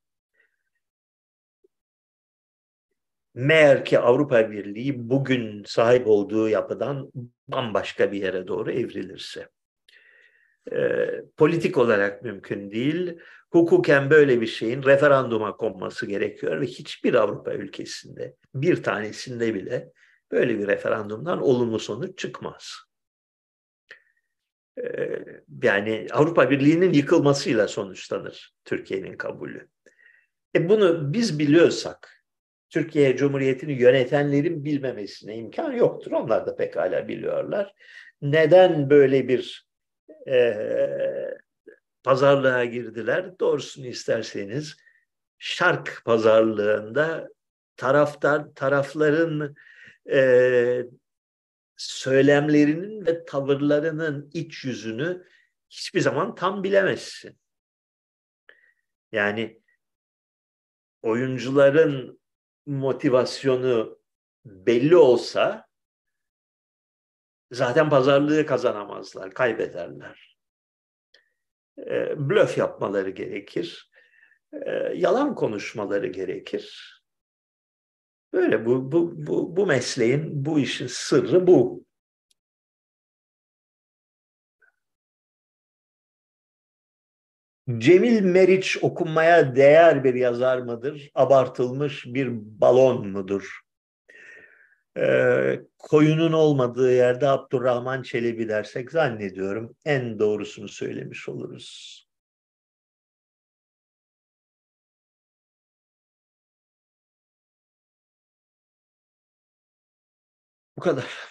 Meğer ki Avrupa Birliği bugün sahip olduğu yapıdan bambaşka bir yere doğru evrilirse. E, politik olarak mümkün değil. Hukuken böyle bir şeyin referanduma konması gerekiyor ve hiçbir Avrupa ülkesinde, bir tanesinde bile böyle bir referandumdan olumlu sonuç çıkmaz. E, yani Avrupa Birliği'nin yıkılmasıyla sonuçlanır Türkiye'nin kabulü. E bunu biz biliyorsak, Türkiye Cumhuriyeti'ni yönetenlerin bilmemesine imkan yoktur. Onlar da pekala biliyorlar. Neden böyle bir e, pazarlığa girdiler? Doğrusunu isterseniz şark pazarlığında taraftar tarafların e, söylemlerinin ve tavırlarının iç yüzünü hiçbir zaman tam bilemezsin. Yani oyuncuların motivasyonu belli olsa zaten pazarlığı kazanamazlar, kaybederler. E, blöf yapmaları gerekir. E, yalan konuşmaları gerekir. Böyle bu, bu, bu, bu mesleğin, bu işin sırrı bu. Cemil Meriç okunmaya değer bir yazar mıdır? Abartılmış bir balon mudur? Ee, koyunun olmadığı yerde Abdurrahman Çelebi dersek zannediyorum en doğrusunu söylemiş oluruz. Bu kadar.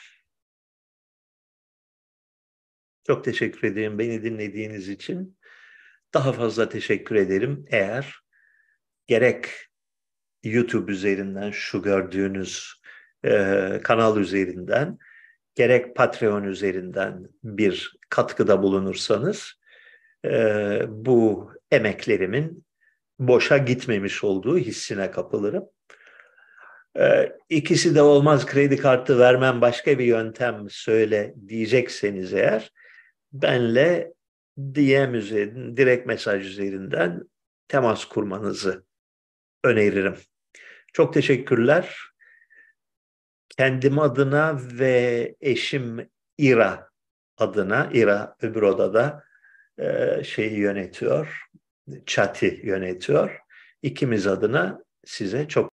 Çok teşekkür ederim beni dinlediğiniz için. Daha fazla teşekkür ederim eğer gerek YouTube üzerinden şu gördüğünüz e, kanal üzerinden gerek Patreon üzerinden bir katkıda bulunursanız e, bu emeklerimin boşa gitmemiş olduğu hissine kapılırım. E, ikisi de olmaz kredi kartı vermem başka bir yöntem söyle diyecekseniz eğer benle D M üzerinden, direkt mesaj üzerinden temas kurmanızı öneririm. Çok teşekkürler. Kendim adına ve eşim İra adına, İra öbür odada e, şeyi yönetiyor, chat'i yönetiyor. İkimiz adına size çok